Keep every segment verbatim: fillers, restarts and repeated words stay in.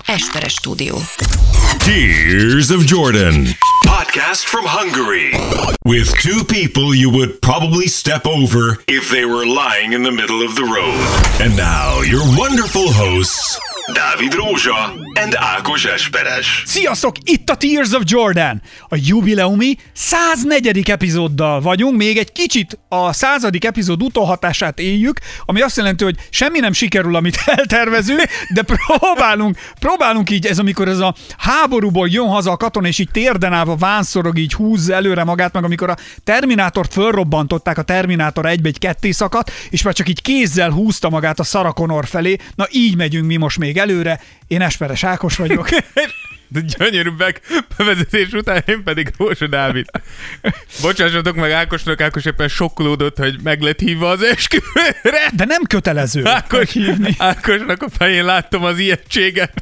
Esperes Stúdió. Tears of Jordan. Podcast from Hungary. With two people you would probably step over if they were lying in the middle of the road. And now your wonderful hosts, Dávid Rózsa and Ákos Esperes. Sziasztok! Itt a Tears of Jordan! A jubileumi száznegyedik epizóddal vagyunk, még egy kicsit a századik epizód utóhatását éljük, ami azt jelenti, hogy semmi nem sikerül, amit eltervezünk, de próbálunk, próbálunk így, ez amikor ez a háborúból jön haza a katona, és így térden állva vánszorog, így húzza előre magát, meg amikor a Terminátort fölrobbantották, a Terminátor egybe egy ketté szakadt, és már csak így kézzel húzta magát a Sarah Connor felé. Na így megyünk mi most még előre. Én Esperes Ákos vagyok. De gyönyörű bevezetés után én pedig Rózsa Dávid. Bocsássatok meg Ákosnak, Ákos éppen sokkolódott, hogy meg lett hívva az esküvőre. De nem kötelező Ákos, hívni. Ákosnak a fején láttam az ijegységet.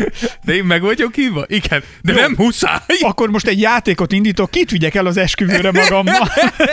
De én meg vagyok hívva? Igen, de jó, nem muszáj. Akkor most egy játékot indítok, kit vigyek el az esküvőre magammal?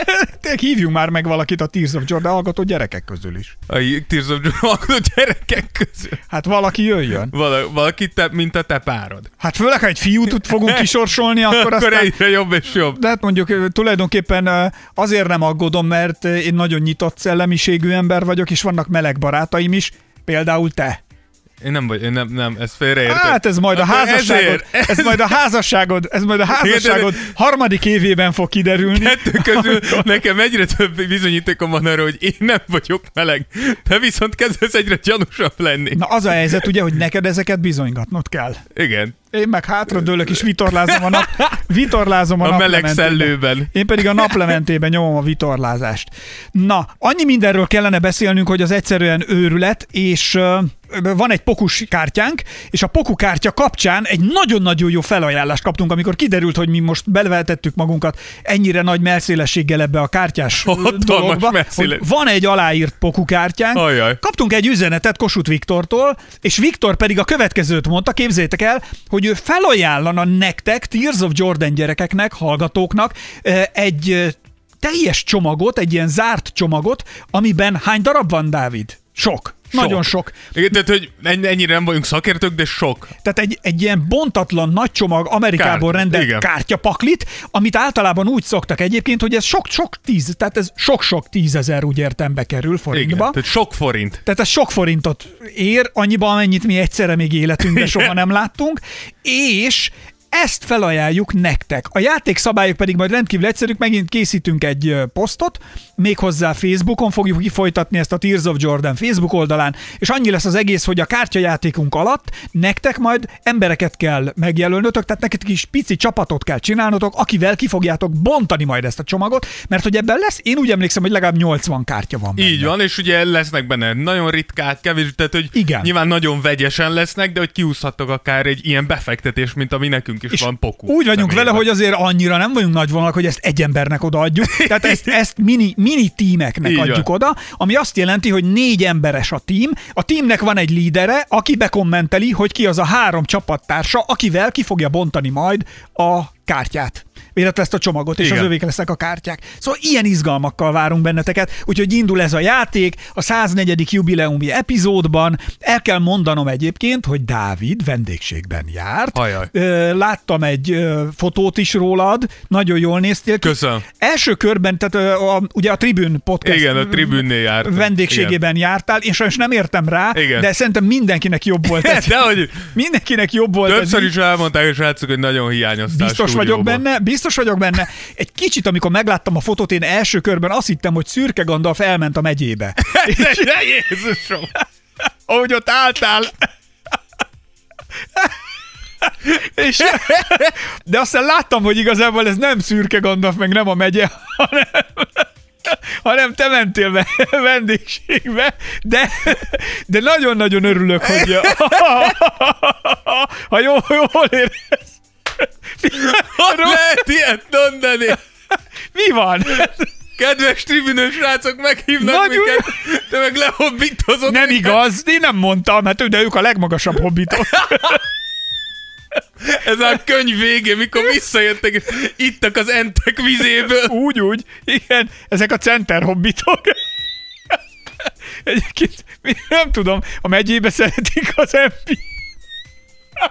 Hívjunk már meg valakit a Tears of Jordan hallgató gyerekek közül is. A Tears of Jordan hallgató gyerekek közül? Hát valaki jöjjön. Val- valaki, te, mint a te párod. Hát főleg, ha egy fiút fogunk kisorsolni, akkor, akkor aztán... egyre jobb és jobb. De hát mondjuk tulajdonképpen azért nem aggódom, mert én nagyon nyitott szellemiségű ember vagyok, és vannak meleg barátaim is, például te. Én nem vagy, én nem, nem, ez félreértem. Hát ez majd a házasságod, ez majd a házasságod, ez majd a házasságod harmadik évében fog kiderülni. Kettő közül nekem egyre több bizonyítékom van arra, hogy én nem vagyok meleg. Te viszont kezdesz egyre gyanúsabb lenni. Na az a helyzet ugye, hogy neked ezeket bizonygatnod kell. Igen. Én meg hátradőlök és vitorlázom a, nap, vitorlázom a, a meleg naplementében. szellőben. Én pedig a naplementében nyomom a vitorlázást. Na, annyi mindenről kellene beszélnünk, hogy az egyszerűen őrület, és uh, van egy pokus kártyánk, és a poku kártya kapcsán egy nagyon-nagyon jó felajánlást kaptunk, amikor kiderült, hogy mi most belevetettük magunkat ennyire nagy melszélességgel ebbe a kártyás dologba, hogy van egy aláírt poku kártyánk. Ajaj. Kaptunk egy üzenetet Kossuth Viktortól, és Viktor pedig a következőt mondta, képzeljétek el, hogy ő felajánlana nektek, Tears of Jordan gyerekeknek, hallgatóknek egy teljes csomagot, egy ilyen zárt csomagot, amiben hány darab van, Dávid? Sok. Sok. Nagyon sok. Igen, tehát, hogy ennyire nem vagyunk szakértők, de sok. Tehát egy, egy ilyen bontatlan nagy csomag Amerikából Kár, rendelt igen. kártyapaklit, amit általában úgy szoktak egyébként, hogy ez sok-sok tíz, tehát ez sok-sok tízezer úgy értembe kerül forintba. Igen, tehát sok forint. Tehát ez sok forintot ér, annyiba, amennyit mi egyszerre még életünkben soha nem láttunk, és ezt felajánljuk nektek. A játékszabályok pedig majd rendkívül egyszerűk, megint készítünk egy posztot, méghozzá Facebookon fogjuk kifolytatni ezt a Tears of Jordan Facebook oldalán, és annyi lesz az egész, hogy a kártyajátékunk alatt nektek majd embereket kell megjelölnötök, tehát nektek is pici csapatot kell csinálnotok, akivel ki fogjátok bontani majd ezt a csomagot, mert hogy ebben lesz, én úgy emlékszem, hogy legalább nyolcvan kártya van benne. Így van, és ugye lesznek benne nagyon ritkák, kevés, tehát hogy igen. Nyilván nagyon vegyesen lesznek, de hogy kiúszhattok akár egy ilyen befektetés, mint a mi nekünk is és van poku. Úgy vagyunk vele, hogy azért annyira nem vagyunk nagyvonalak, hogy ezt egy embernek odaadjuk. Tehát ezt, ezt mini, mini tímeknek így adjuk van. oda, ami azt jelenti, hogy négy emberes a tím. A tímnek van egy lídere, aki bekommenteli, hogy ki az a három csapattársa, akivel ki fogja bontani majd a kártyát. Véletlen ezt a csomagot, és igen. Az övék lesznek a kártyák. Szóval ilyen izgalmakkal várunk benneteket, úgyhogy indul ez a játék a száznegyedik jubileumi epizódban. El kell mondanom egyébként, hogy Dávid vendégségben járt. Ajaj. Láttam egy fotót is rólad, nagyon jól néztél ki. Köszönöm. Első körben, tehát a, a, ugye a Tribün podcast igen, a Tribünnél jártam. vendégségében igen. jártál, én sajnos nem értem rá, igen. de szerintem mindenkinek jobb volt ez. De hogy mindenkinek jobb volt többször ez. is elmondták, és látszuk, hogy nagyon hiányoztál. Biztos vagyok benne, biztos vagyok benne. Egy kicsit, amikor megláttam a fotót, én első körben azt hittem, hogy Szürke Gandalf elment a megyébe. De Jézusom! Ahogy ott álltál. És, de aztán láttam, hogy igazából ez nem Szürke Gandalf, meg nem a megye, hanem, hanem te mentél vendégségbe, de, de nagyon-nagyon örülök, hogy ha jól, jól érez. Hogy lehet ilyet mondani? Mi van? Kedves tribünös srácok, meghívnak Nagy minket, te meg lehobbitozod. Nem minket. Igaz, én nem mondtam, hát de ők a legmagasabb hobbitok. Ez a könyv végén, mikor visszajöttek, és ittak az entek vizéből. Úgy, úgy. Igen, ezek a center hobbitok. Egyébként nem tudom, a megyébe szeretik az em pé.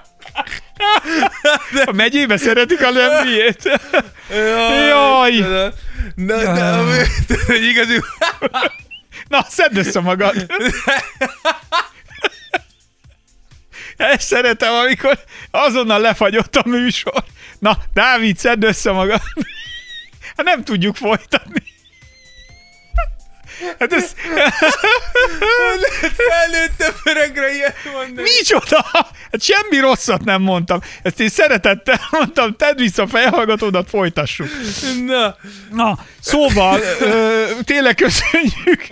A megyébe szeretik a Lembiét. Jaj! Na, na, hogy igazi... Na, szedd össze magad. Ezt szeretem, amikor azonnal lefagyott a műsor. Na, Dávid, szedd össze magad. Hát nem tudjuk folytatni. Hát ez... Felnőttem öregre ilyet mondani. Micsoda? Hát semmi rosszat nem mondtam. Ezt én szeretettel mondtam, tedd vissza a fejhallgatódat, folytassuk. Na. Na, szóval, ö, tényleg köszönjük.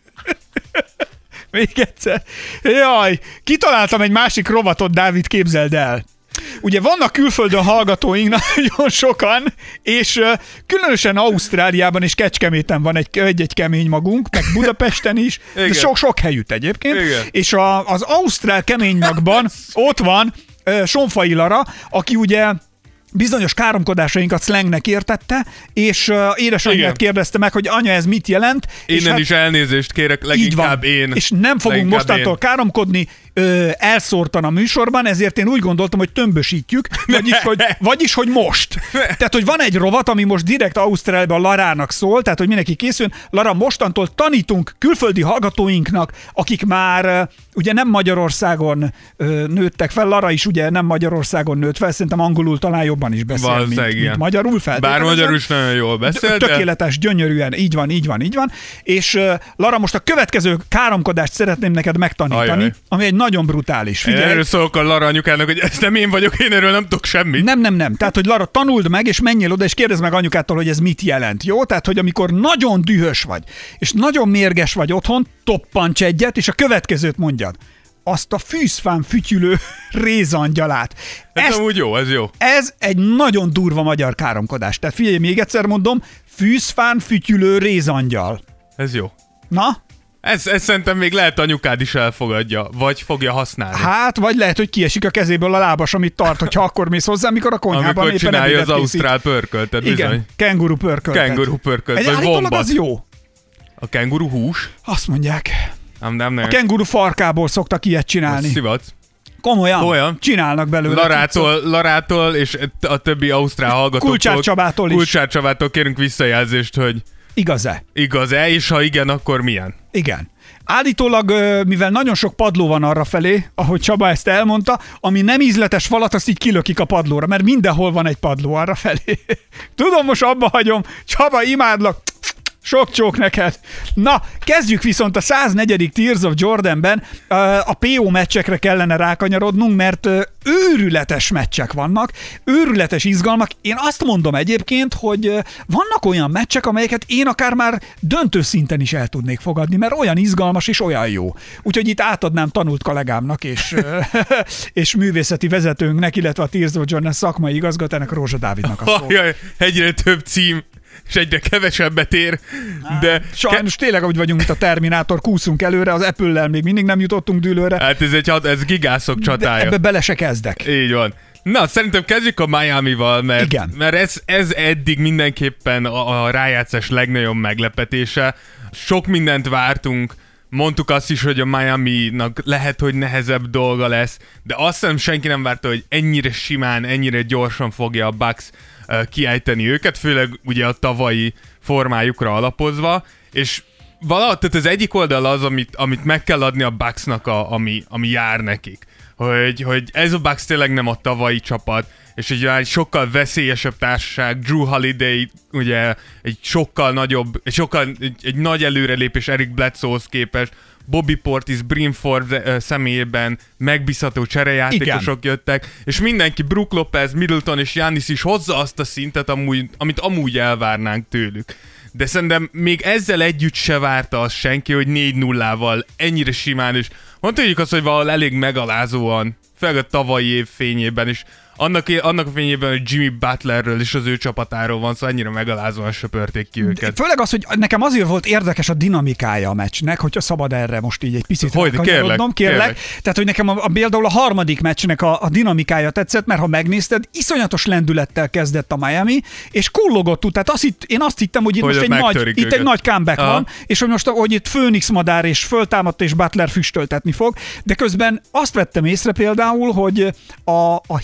Még egyszer. Jaj, kitaláltam egy másik rovatot, Dávid, képzeld el. Ugye vannak külföldön hallgatóink nagyon sokan, és uh, különösen Ausztráliában és Kecskeméten van egy, egy, egy kemény magunk, meg Budapesten is, de sok-sok helyütt egyébként. Igen. És a, az ausztrál kemény magban ott van uh, Sonfai Lara, aki ugye bizonyos káromkodásainkat szlengnek értette, és uh, édesanyját kérdezte meg, hogy anya, ez mit jelent. Innen és hát, is elnézést kérek, leginkább én. És nem fogunk mostantól én. káromkodni, ö, elszórtan a műsorban, ezért én úgy gondoltam, hogy tömbösítjük, vagyis hogy, vagyis, hogy most. Tehát, hogy van egy rovat, ami most direkt Ausztráliában Larának szól, tehát, hogy mindenki készül. Lara, mostantól tanítunk külföldi hallgatóinknak, akik már ugye nem Magyarországon ö, nőttek fel, Lara is ugye nem Magyarországon nőtt fel, szerintem angolul talán jobban is beszél, mint, mint magyarul fel. Bár magyarul is nagyon jól beszél. Tökéletes, de... gyönyörűen, így van, így van, így van. És uh, Lara, most a következő káromkodást szeretném neked megtanítani, Ajaj. ami egy nagyon brutális. Figyelj. Én erről szólok a Lara anyukának, hogy ez nem én vagyok, én erről nem tudok semmit. Nem, nem, nem. Tehát, hogy Lara, tanuld meg, és menjél oda, és kérdezd meg anyukától, hogy ez mit jelent, jó? Tehát, hogy amikor nagyon dühös vagy, és nagyon mérges vagy otthon, toppancs egyet, és a következőt mondjad. Azt a fűzfán fütyülő rézangyalát. Ez Ezt, amúgy jó, ez jó. Ez egy nagyon durva magyar káromkodás. Tehát figyelj, még egyszer mondom, fűzfán fütyülő rézangyal. Ez jó. Na? Ez, ez szerintem még lehet anyukád is elfogadja, vagy fogja használni. Hát, vagy lehet, hogy kiesik a kezéből a lábas, amit tart, hogyha akkor mész hozzá, amikor a konyhában amikor éppen csinálja az ausztrál pörköltet, bizony. Igen, kenguru pörköltet. Kenguru pörkölt, vagy vombat. Az jó. A kenguru hús? Azt mondják. Nem, nem, nem. A kenguru farkából szoktak ilyet csinálni. Szivat. Komolyan? Komolyan? Csinálnak belőle. Larától, Larától és a többi ausztrál hallgatóktól. Kulcsár Csabától is. Kulcsár Csabától kérünk visszajelzést, hogy igaz-e? Igaz-e, és ha igen, akkor milyen? Igen. Állítólag, mivel nagyon sok padló van arra felé, ahogy Csaba ezt elmondta, ami nem ízletes falat, azt így kilökik a padlóra, mert mindenhol van egy padló arra felé. Tudom, most abba hagyom. Csaba, imádlak. Sok csók neked. Na, kezdjük viszont a száznegyedik Tears of Jordanben. A pé o meccsekre kellene rákanyarodnunk, mert őrületes meccsek vannak, őrületes izgalmak. Én azt mondom egyébként, hogy vannak olyan meccsek, amelyeket én akár már döntő szinten is el tudnék fogadni, mert olyan izgalmas és olyan jó. Úgyhogy itt átadnám tanult kollégámnak és, és művészeti vezetőnknek, illetve a Tears of Jordan szakmai igazgatónak, Rózsa Dávidnak a szót. Jaj, egyre több cím. És egyre kevesebbet ér, de... Sajnos ke- tényleg, ahogy vagyunk, mint a Terminátor, kúszunk előre, az Apple-lel még mindig nem jutottunk dűlőre. Hát ez egy ez gigászok csatája. De ebbe bele se kezdek. Így van. Na, szerintem kezdjük a Miamival, mert, Igen. mert ez, ez eddig mindenképpen a, a rájátszás legnagyobb meglepetése. Sok mindent vártunk, mondtuk azt is, hogy a Miaminak lehet, hogy nehezebb dolga lesz, de azt hiszem senki nem várta, hogy ennyire simán, ennyire gyorsan fogja a Bucks kiejteni őket, főleg ugye a tavalyi formájukra alapozva, és valahogy, tehát az egyik oldal az, amit, amit meg kell adni a Bucksnak, a, ami, ami jár nekik. Hogy, hogy ez a Bucks tényleg nem a tavalyi csapat, és egy, egy sokkal veszélyesebb társaság, Drew Holiday ugye egy sokkal nagyobb, egy, sokkal, egy, egy nagy előrelépés Eric Bledsoe-hoz képest, Bobby Portis, Brimford uh, személyében megbízható cserejátékosok Igen. jöttek, és mindenki, Brook Lopez, Middleton és Giannis is hozza azt a szintet, amúgy, amit amúgy elvárnánk tőlük. De szerintem még ezzel együtt se várta azt senki, hogy négy nullával ennyire simán, és mondjuk azt, hogy valahol elég megalázóan, főleg a tavalyi év fényében is, Annak, annak a fényében, hogy Jimmy Butlerről és az ő csapatáról van szó, szóval annyira megalázóan söpörték ki őket. Főleg az, hogy nekem azért volt érdekes a dinamikája a meccsnek, hogyha szabad erre most így egy picit rákanyarodnom, kérlek, kérlek. Tehát, hogy nekem a, a, például a harmadik meccsnek a, a dinamikája tetszett, mert ha megnézted, iszonyatos lendülettel kezdett a Miami, és kullogott tud. Tehát azt hitt, én azt hittem, hogy itt hogy most egy nagy, itt egy nagy comeback Aha. van, és hogy most hogy itt Phoenix madár és föltámadt és Butler füstöltetni fog, de közben azt vettem észre például, hogy a, a hit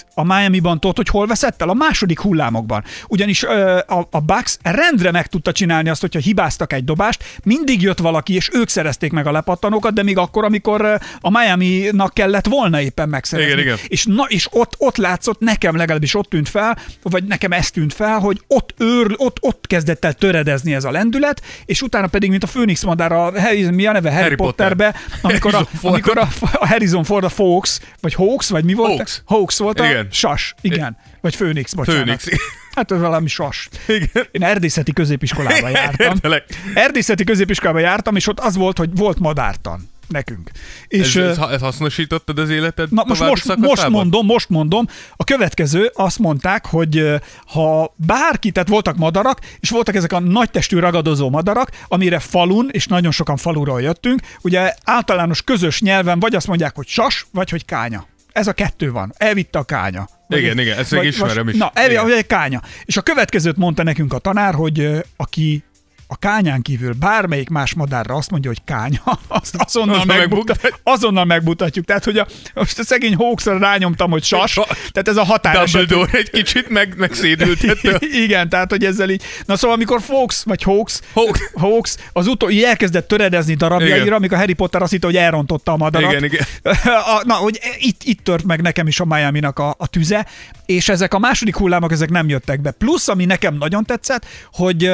itt a Miami-ban tudod, hogy hol veszett el? A második hullámokban. Ugyanis ö, a, a Bucks rendre meg tudta csinálni azt, hogyha hibáztak egy dobást, mindig jött valaki, és ők szerezték meg a lepattanókat, de még akkor, amikor a Miami-nak kellett volna éppen megszerezni. Igen, igen. És, na, és ott, ott látszott, nekem legalábbis ott tűnt fel, vagy nekem ez tűnt fel, hogy ott, őr, ott, ott kezdett el töredezni ez a lendület, és utána pedig, mint a Főnix madár, a, mi a neve? Harry, Harry Potterbe, amikor, a, amikor a, a Harrison Ford, a Fox, vagy Hawks, vagy mi volt? Hawks. Hawks volt a igen. sas, igen. Vagy Főnix, bocsánat. Főnix. Hát ez valami sas. Igen. Én erdészeti középiskolába jártam. Erdészeti középiskolába jártam, és ott az volt, hogy volt madártan nekünk. És, ez, ez, ez hasznosítottad az életed? Na most, most, most mondom, most mondom, a következő, azt mondták, hogy ha bárki, tehát voltak madarak, és voltak ezek a nagytestű ragadozó madarak, amire falun, és nagyon sokan faluról jöttünk, ugye általános közös nyelven vagy azt mondják, hogy sas, vagy hogy kánya. Ez a kettő van. Elvitte a kánya. Vagy igen, igen, ezt még ismerem is. Na, elvitte egy kánya. És a következőt mondta nekünk a tanár, hogy aki a kányán kívül bármelyik más madárra azt mondja, hogy kánya, azt azonnal, megmutat, azonnal megmutatjuk. Tehát, hogy a, most a szegény Hawksra rányomtam, hogy sas, tehát ez a határeset. Dumbledore egy kicsit meg, megszédültette. Igen, tehát, hogy ezzel így. Na szóval, amikor Fox, vagy Hawks, Hawks, Hawks az utó, így elkezdett töredezni darabjaira, amikor Harry Potter azt hitte, hogy elrontotta a madarat. Igen, igen. Na, hogy itt, itt tört meg nekem is a Miami-nak a, a tüze, és ezek a második hullámok, ezek nem jöttek be. Plusz, ami nekem nagyon tetszett, hogy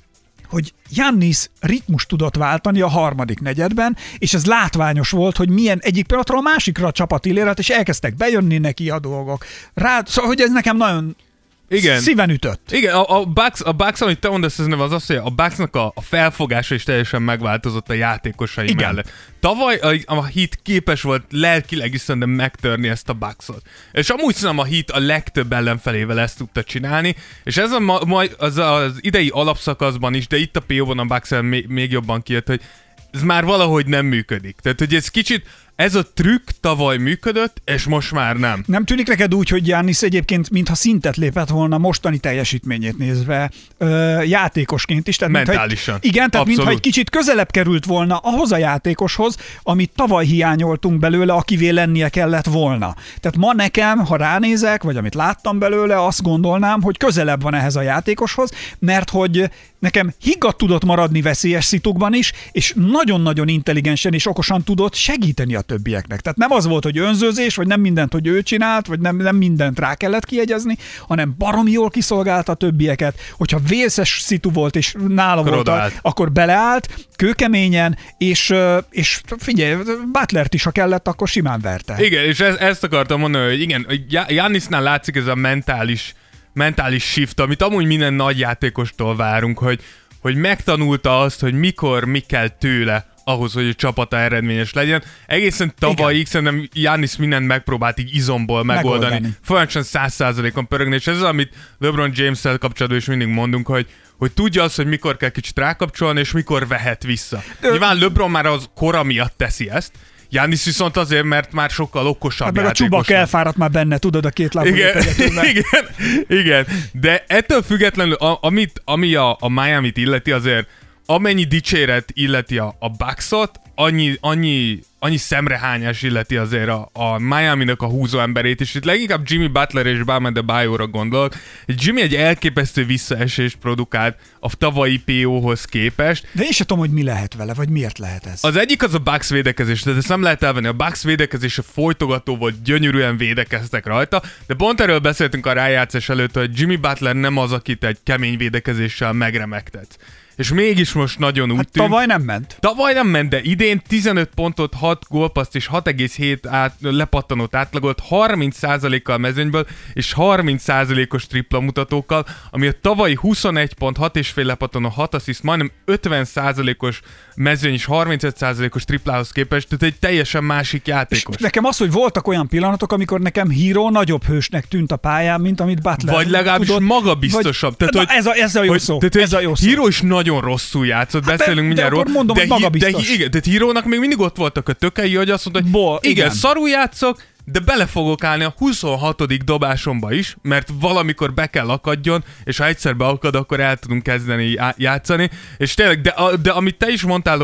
hogy Giannis ritmus tudott váltani a harmadik negyedben, és ez látványos volt, hogy milyen egyik pillanatról a másikra a csapat illérelt, és elkezdtek bejönni neki a dolgok. Rá, szóval, hogy ez nekem nagyon igen. szíven ütött. Igen, a, a, Bucks, a Bucks, amit te mondasz, ez nem az az, hogy a Bucksnak a, a felfogása is teljesen megváltozott a játékosai igen. mellett. Tavaly a, a Heat képes volt lelkileg is szerintem megtörni ezt a Bucksot. És amúgy szerintem a Heat a legtöbb ellenfelével ezt tudta csinálni, és ez a, majd az, az idei alapszakaszban is, de itt a pé ó-ban a Bucks még, még jobban kijött, hogy ez már valahogy nem működik. Tehát, hogy ez kicsit ez a trükk tavaly működött, és most már nem. Nem tűnik neked úgy, hogy Giannis egyébként mintha szintet lépett volna mostani teljesítményét nézve ö, játékosként is? Tehát, mentálisan. Egy, igen, tehát mintha egy kicsit közelebb került volna ahhoz a játékoshoz, amit tavaly hiányoltunk belőle, akivé lennie kellett volna. Tehát ma nekem, ha ránézek, vagy amit láttam belőle, azt gondolnám, hogy közelebb van ehhez a játékoshoz, mert hogy nekem higgadt tudott maradni veszélyes szitukban is, és nagyon-nagyon intelligensen és okosan tudott segíteni a többieknek. Tehát nem az volt, hogy önzőzés, vagy nem mindent, hogy ő csinált, vagy nem, nem mindent rá kellett kiegyezni, hanem baromi jól kiszolgálta a többieket. Hogyha vészes szitu volt, és nála akkor volt, a, akkor beleállt, kőkeményen, és, és figyelj, Butlert is, ha kellett, akkor simán verte. Igen, és ez, ezt akartam mondani, hogy igen, Giannisnál látszik ez a mentális mentális shift, amit amúgy minden nagy játékostól várunk, hogy, hogy megtanulta azt, hogy mikor mi kell tőle ahhoz, hogy a csapata eredményes legyen. Egészen tavalyig szerintem Giannis mindent megpróbált így izomból megoldani. megoldani. Folyamatosan száz százalékon pörögni, és ez az, amit LeBron James-szel kapcsolatban is mindig mondunk, hogy hogy tudja azt, hogy mikor kell kicsit rákapcsolni, és mikor vehet vissza. Ö... Nyilván LeBron már az kora miatt teszi ezt, Giannis viszont azért, mert már sokkal okosabb hát játékos. A Csubak elfáradt már benne, tudod, a két lábon. Igen, igen, igen, de ettől függetlenül, a, amit, ami a, a Miamit illeti, azért amennyi dicséret illeti a, a Bucksot, annyi, annyi, annyi szemrehányás illeti azért a, a Miaminak a húzó emberét, és itt leginkább Jimmy Butler és Bam Adebayorra gondolok. Jimmy egy elképesztő visszaesést produkált a tavalyi pé ó-hoz képest. De én sem tudom, hogy mi lehet vele, vagy miért lehet ez. Az egyik az a Bucks védekezés, tehát ezt nem lehet elvenni. A Bucks védekezése folytogató volt, gyönyörűen védekeztek rajta, de pont erről beszéltünk a rájátszás előtt, hogy Jimmy Butler nem az, akit egy kemény védekezéssel megremegtet. És mégis most nagyon úgy hát tűnt. Tavaly nem ment. Tavaly nem ment, de idén tizenöt pontot, hat gólpasszt és hat egész hét át, lepattanót átlagolt, harminc százalékkal mezőnyből és harminc százalékos tripla mutatókkal, ami a tavalyi huszonegy pont, hat és fél lepattanó, hat assziszt, majdnem ötven százalékos mezőny és harmincöt százalékos triplához képest, tehát egy teljesen másik játékos. És nekem az, hogy voltak olyan pillanatok, amikor nekem Hero nagyobb hősnek tűnt a pályán, mint amit Butler. Vagy legalábbis tudod, magabiztosabb. Vagy, tehát, hogy, ez, a, ez a jó hogy, szó. Tehát, ez a jó szó. Hero is nagyon rosszul játszott, hát beszélünk mindjárt róla. Mondom, de, hogy magabiztos. De, igen, de Hero-nak még mindig ott voltak a tökei, hogy azt mondta, hogy Bo, igen, igen, szarul játszok, de bele fogok állni a huszonhatodik dobásomba is, mert valamikor be kell akadjon, és ha egyszer beakad, akkor el tudunk kezdeni játszani. És tényleg, de, de amit te is mondtál, hogy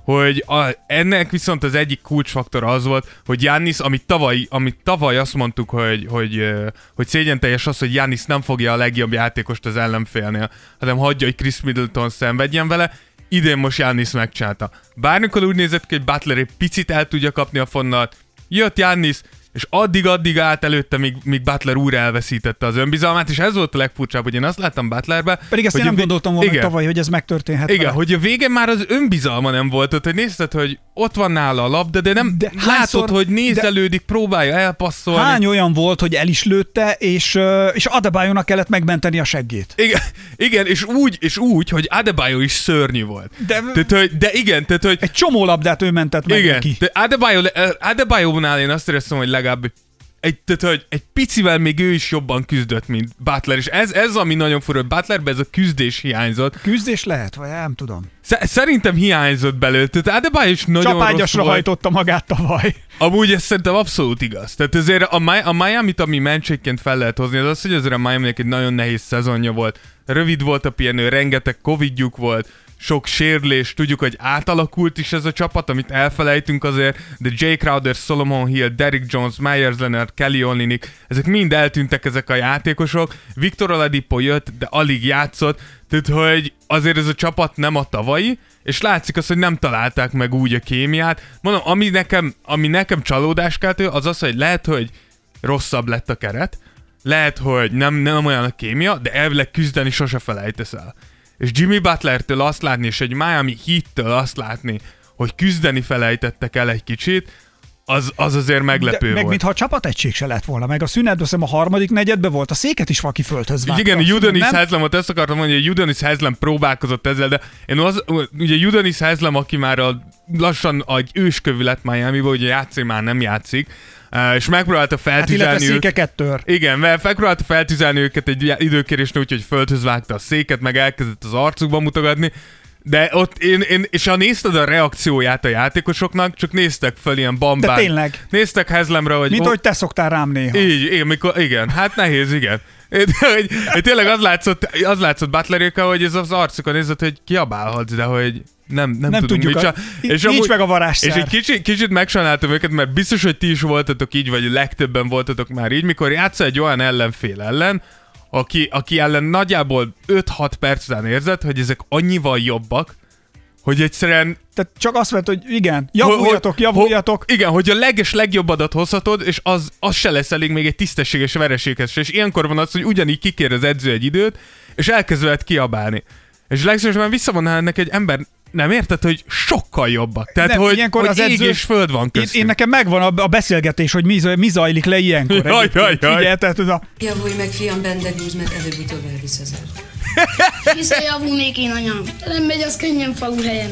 hogy a, ennek viszont az egyik kulcsfaktor az volt, hogy Giannis, amit tavaly, amit tavaly azt mondtuk, hogy, hogy, hogy szégyenteljes az, hogy Giannis nem fogja a legjobb játékost az ellenfélnél, hanem hagyja, hogy Chris Middleton szenvedjen vele, idén most Giannis megcsinálta. Bármikor úgy nézett ki, hogy Butler egy picit el tudja kapni a fonalat, jött Giannis, és addig-addig állt előtte, míg, míg Butler újra elveszítette az önbizalmát, és ez volt a legfurcsább, hogy én azt láttam Butlerbe. Pedig ezt én nem gondoltam volna igen, tavaly, hogy ez megtörténhet. Igen, vele. Hogy a végén már az önbizalma nem volt ott, hogy nézted, hogy ott van nála a labda, de nem de látod, hányszor, hogy nézelődik, de próbálja elpasszolni. Hány olyan volt, hogy el is lőtte, és, és Adebayonak kellett megmenteni a seggét. Igen, igen és, úgy, és úgy, hogy Adebayo is szörnyű volt. De, tehát, hogy, de igen, tehát, hogy... Egy csomó labdát ő mentett meg igen, neki. De Adebayo, Adebayónál én azt éreztem, hogy legalább egy, tehát, hogy egy picivel még ő is jobban küzdött, mint Butler, és ez, ez ami nagyon fura, hogy Butlerben ez a küzdés hiányzott. Küzdés lehet, vagy nem tudom. Szerintem hiányzott belőle, tehát Adebayo is nagyon Csapágyasra rossz hajtotta magát tavaly. Amúgy ez szerintem abszolút igaz. Tehát azért a, a Miami-t, ami mentségként fel lehet hozni, az az, hogy azért a Miami-nek egy nagyon nehéz szezonja volt. Rövid volt a pihenő, rengeteg covidjuk volt, sok sérülés, tudjuk, hogy átalakult is ez a csapat, amit elfelejtünk azért, de Jay Crowder, Solomon Hill, Derrick Jones, Myers Leonard, Kelly Olynyk, ezek mind eltűntek ezek a játékosok. Victor Oladipo jött, de alig játszott, tehát hogy azért ez a csapat nem a tavalyi, és látszik az, hogy nem találták meg úgy a kémiát. Mondom, ami nekem, ami nekem csalódáskeltő, az az, hogy lehet, hogy rosszabb lett a keret, lehet, hogy nem, nem olyan a kémia, de elvileg küzdeni sose felejtesz el. És Jimmy Butlertől azt látni, és egy Miami Heattől azt látni, hogy küzdeni felejtettek el egy kicsit, az, az azért meglepő de, meg volt. mintha a csapategység se lett volna, meg a szünetben a harmadik negyedben volt, a széket is valaki földhöz vágta. Igen, Udonis Haslamot ezt akartam mondani, hogy Udonis Haslam próbálkozott ezzel, de én az, ugye Udonis Haslam, aki már a, lassan egy őskövű lett Miamiból, ugye játszik, már nem játszik, Uh, és megpróbálta feltüzelni hát székeket tör. Igen, mert megpróbálta feltüzelni őket egy időkérésnél, úgyhogy földhöz vágta a széket, meg elkezdett az arcukba mutogatni, de ott én, én és ha nézted a reakcióját a játékosoknak, csak néztek föl ilyen bambán. De tényleg. Néztek Haslamra, hogy... Mint oh, ahogy te szoktál rám néha. Így, igen, mikor, igen, hát nehéz, igen. hogy, hogy tényleg az látszott, az látszott Butleréka, hogy ez az arcukon nézett, hogy kiabálhatsz, de hogy nem, nem, nem tudunk tudjuk. A, és nincs amúgy, meg a varázsszer. És egy kicsit, kicsit megsajnáltam őket, mert biztos, hogy ti is voltatok így, vagy legtöbben voltatok már így, mikor játszol egy olyan ellenfél ellen, aki, aki ellen nagyjából öt-hat perc után érzed, hogy ezek annyival jobbak, hogy egyszerűen... Tehát csak azt mondod, hogy igen, javuljatok, javuljatok. Ho, igen, hogy a leges legjobb adat hozhatod, és az, az se lesz elég még egy tisztességes vereséghez. És ilyenkor van az, hogy ugyanígy kikér az edző egy időt, és elkezd veled kiabálni. És legszívesebben visszavonnál ennek egy ember, nem érted, hogy sokkal jobbak. Tehát, nem, hogy, hogy az ég edző, és föld van köztünk. Én, én nekem megvan a, a beszélgetés, hogy mi, mi zajlik le ilyenkor. Jaj, jaj, jaj. Figyelj, tehát ez a... Javulj meg, fiam, bendegúzd, mert előbb-utóbb elvisz az el. Visszajavulnék én, anyám. De nem megy, az könnyen falu helyen.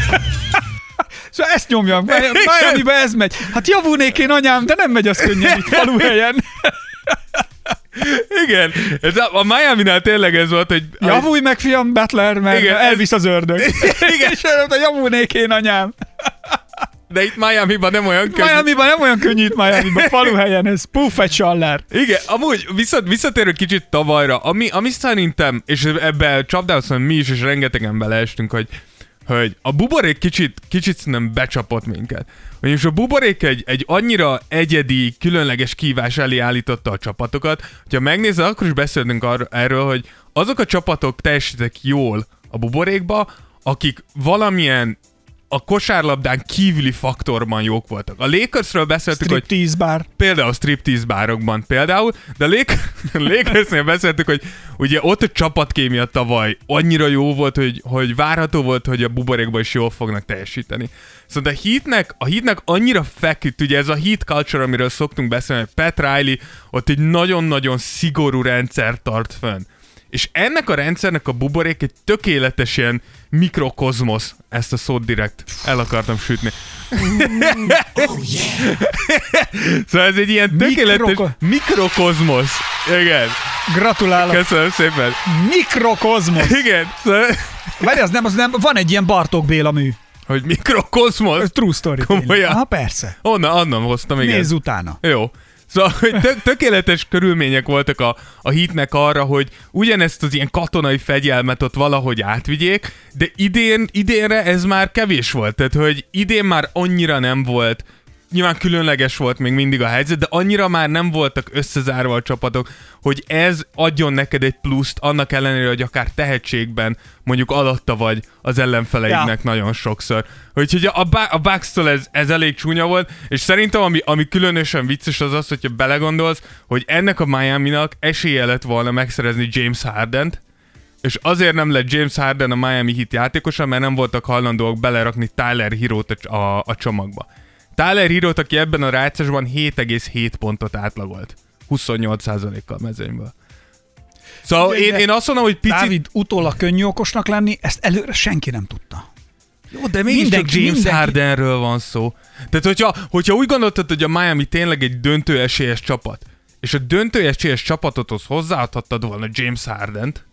Szóval ezt nyomjam. Miamibe ez megy. Hát javulnék én, anyám, de nem megy, az könnyen itt falu helyen. Igen, ez a, a Miami-nál tényleg ez volt, hogy... Javulj meg, fiam, Butler, mert igen, elvisz az ördög. Igen. És hogy javulnék én, anyám. De itt Miami-ban nem olyan könnyű. Miami-ban nem olyan könnyű itt Miami-ban, faluhelyen, ez puff egy saller. Igen, amúgy visszat, visszatérő kicsit tavalyra, ami, ami szerintem, és ebben csapdában mi is, és rengetegen beleestünk, hogy, hogy a buborék kicsit, kicsit szerintem becsapott minket. Vagyis a buborék egy, egy annyira egyedi, különleges kívás elé állította a csapatokat, hogyha megnézed, akkor is beszélünk arra, erről, hogy azok a csapatok teljesítettek jól a buborékba, akik valamilyen a kosárlabdán kívüli faktorban jók voltak. A Lakersről beszéltük, hogy... Striptease bár. Például striptease bárokban például, de a Lakersnél beszéltük, hogy ugye ott a csapatkémia tavaly annyira jó volt, hogy, hogy várható volt, hogy a buborékban is jól fognak teljesíteni. Szóval a Heatnek, a Heatnek annyira feküdt, ugye ez a Heat culture, amiről szoktunk beszélni, hogy Pat Riley ott egy nagyon-nagyon szigorú rendszer tart fönn. És ennek a rendszernek a buborék egy tökéletes ilyen mikrokozmosz. Ezt a szót direkt el akartam sütni. Oh, yeah. Szóval ez egy ilyen tökéletes Mikroko- mikrokozmosz. Igen. Gratulálok. Köszönöm szépen. Mikrokozmosz. Igen. Szóval... Várj, az nem, az nem, van egy ilyen Bartók Béla mű. Hogy mikrokozmosz? True story. Komolyan? Aha, persze. Onnan, onnan hoztam, igen. Nézz utána. Jó. Szóval, hogy tök, tökéletes körülmények voltak a, a Heatnek arra, hogy ugyanezt az ilyen katonai fegyelmet ott valahogy átvigyék, de idén, idénre ez már kevés volt. Tehát, hogy idén már annyira nem volt, nyilván különleges volt még mindig a helyzet, de annyira már nem voltak összezárva a csapatok, hogy ez adjon neked egy pluszt, annak ellenére, hogy akár tehetségben mondjuk alatta vagy az ellenfeleidnek ja. nagyon sokszor. Úgyhogy a, a Bucks-tól ez, ez elég csúnya volt, és szerintem ami, ami különösen vicces az az, hogyha belegondolsz, hogy ennek a Miaminak esélye lett volna megszerezni James Hardent, és azért nem lett James Harden a Miami Heat játékosa, mert nem voltak hajlandóak belerakni Tyler Herrót a, a, a csomagba. Tyler Herrót, aki ebben a rájátszásban hét egész hét pontot átlagolt. huszonnyolc százalékkal mezőnyből. Szóval ugye, én, én azt mondom, hogy picit... Dávid utólag könnyű okosnak lenni, ezt előre senki nem tudta. Jó, de mégis csak James mindenki... Hardenről van szó. Tehát, hogyha, hogyha úgy gondoltad, hogy a Miami tényleg egy döntő esélyes csapat, és a döntő esélyes csapatothoz hozzáadhattad volna James Hardent,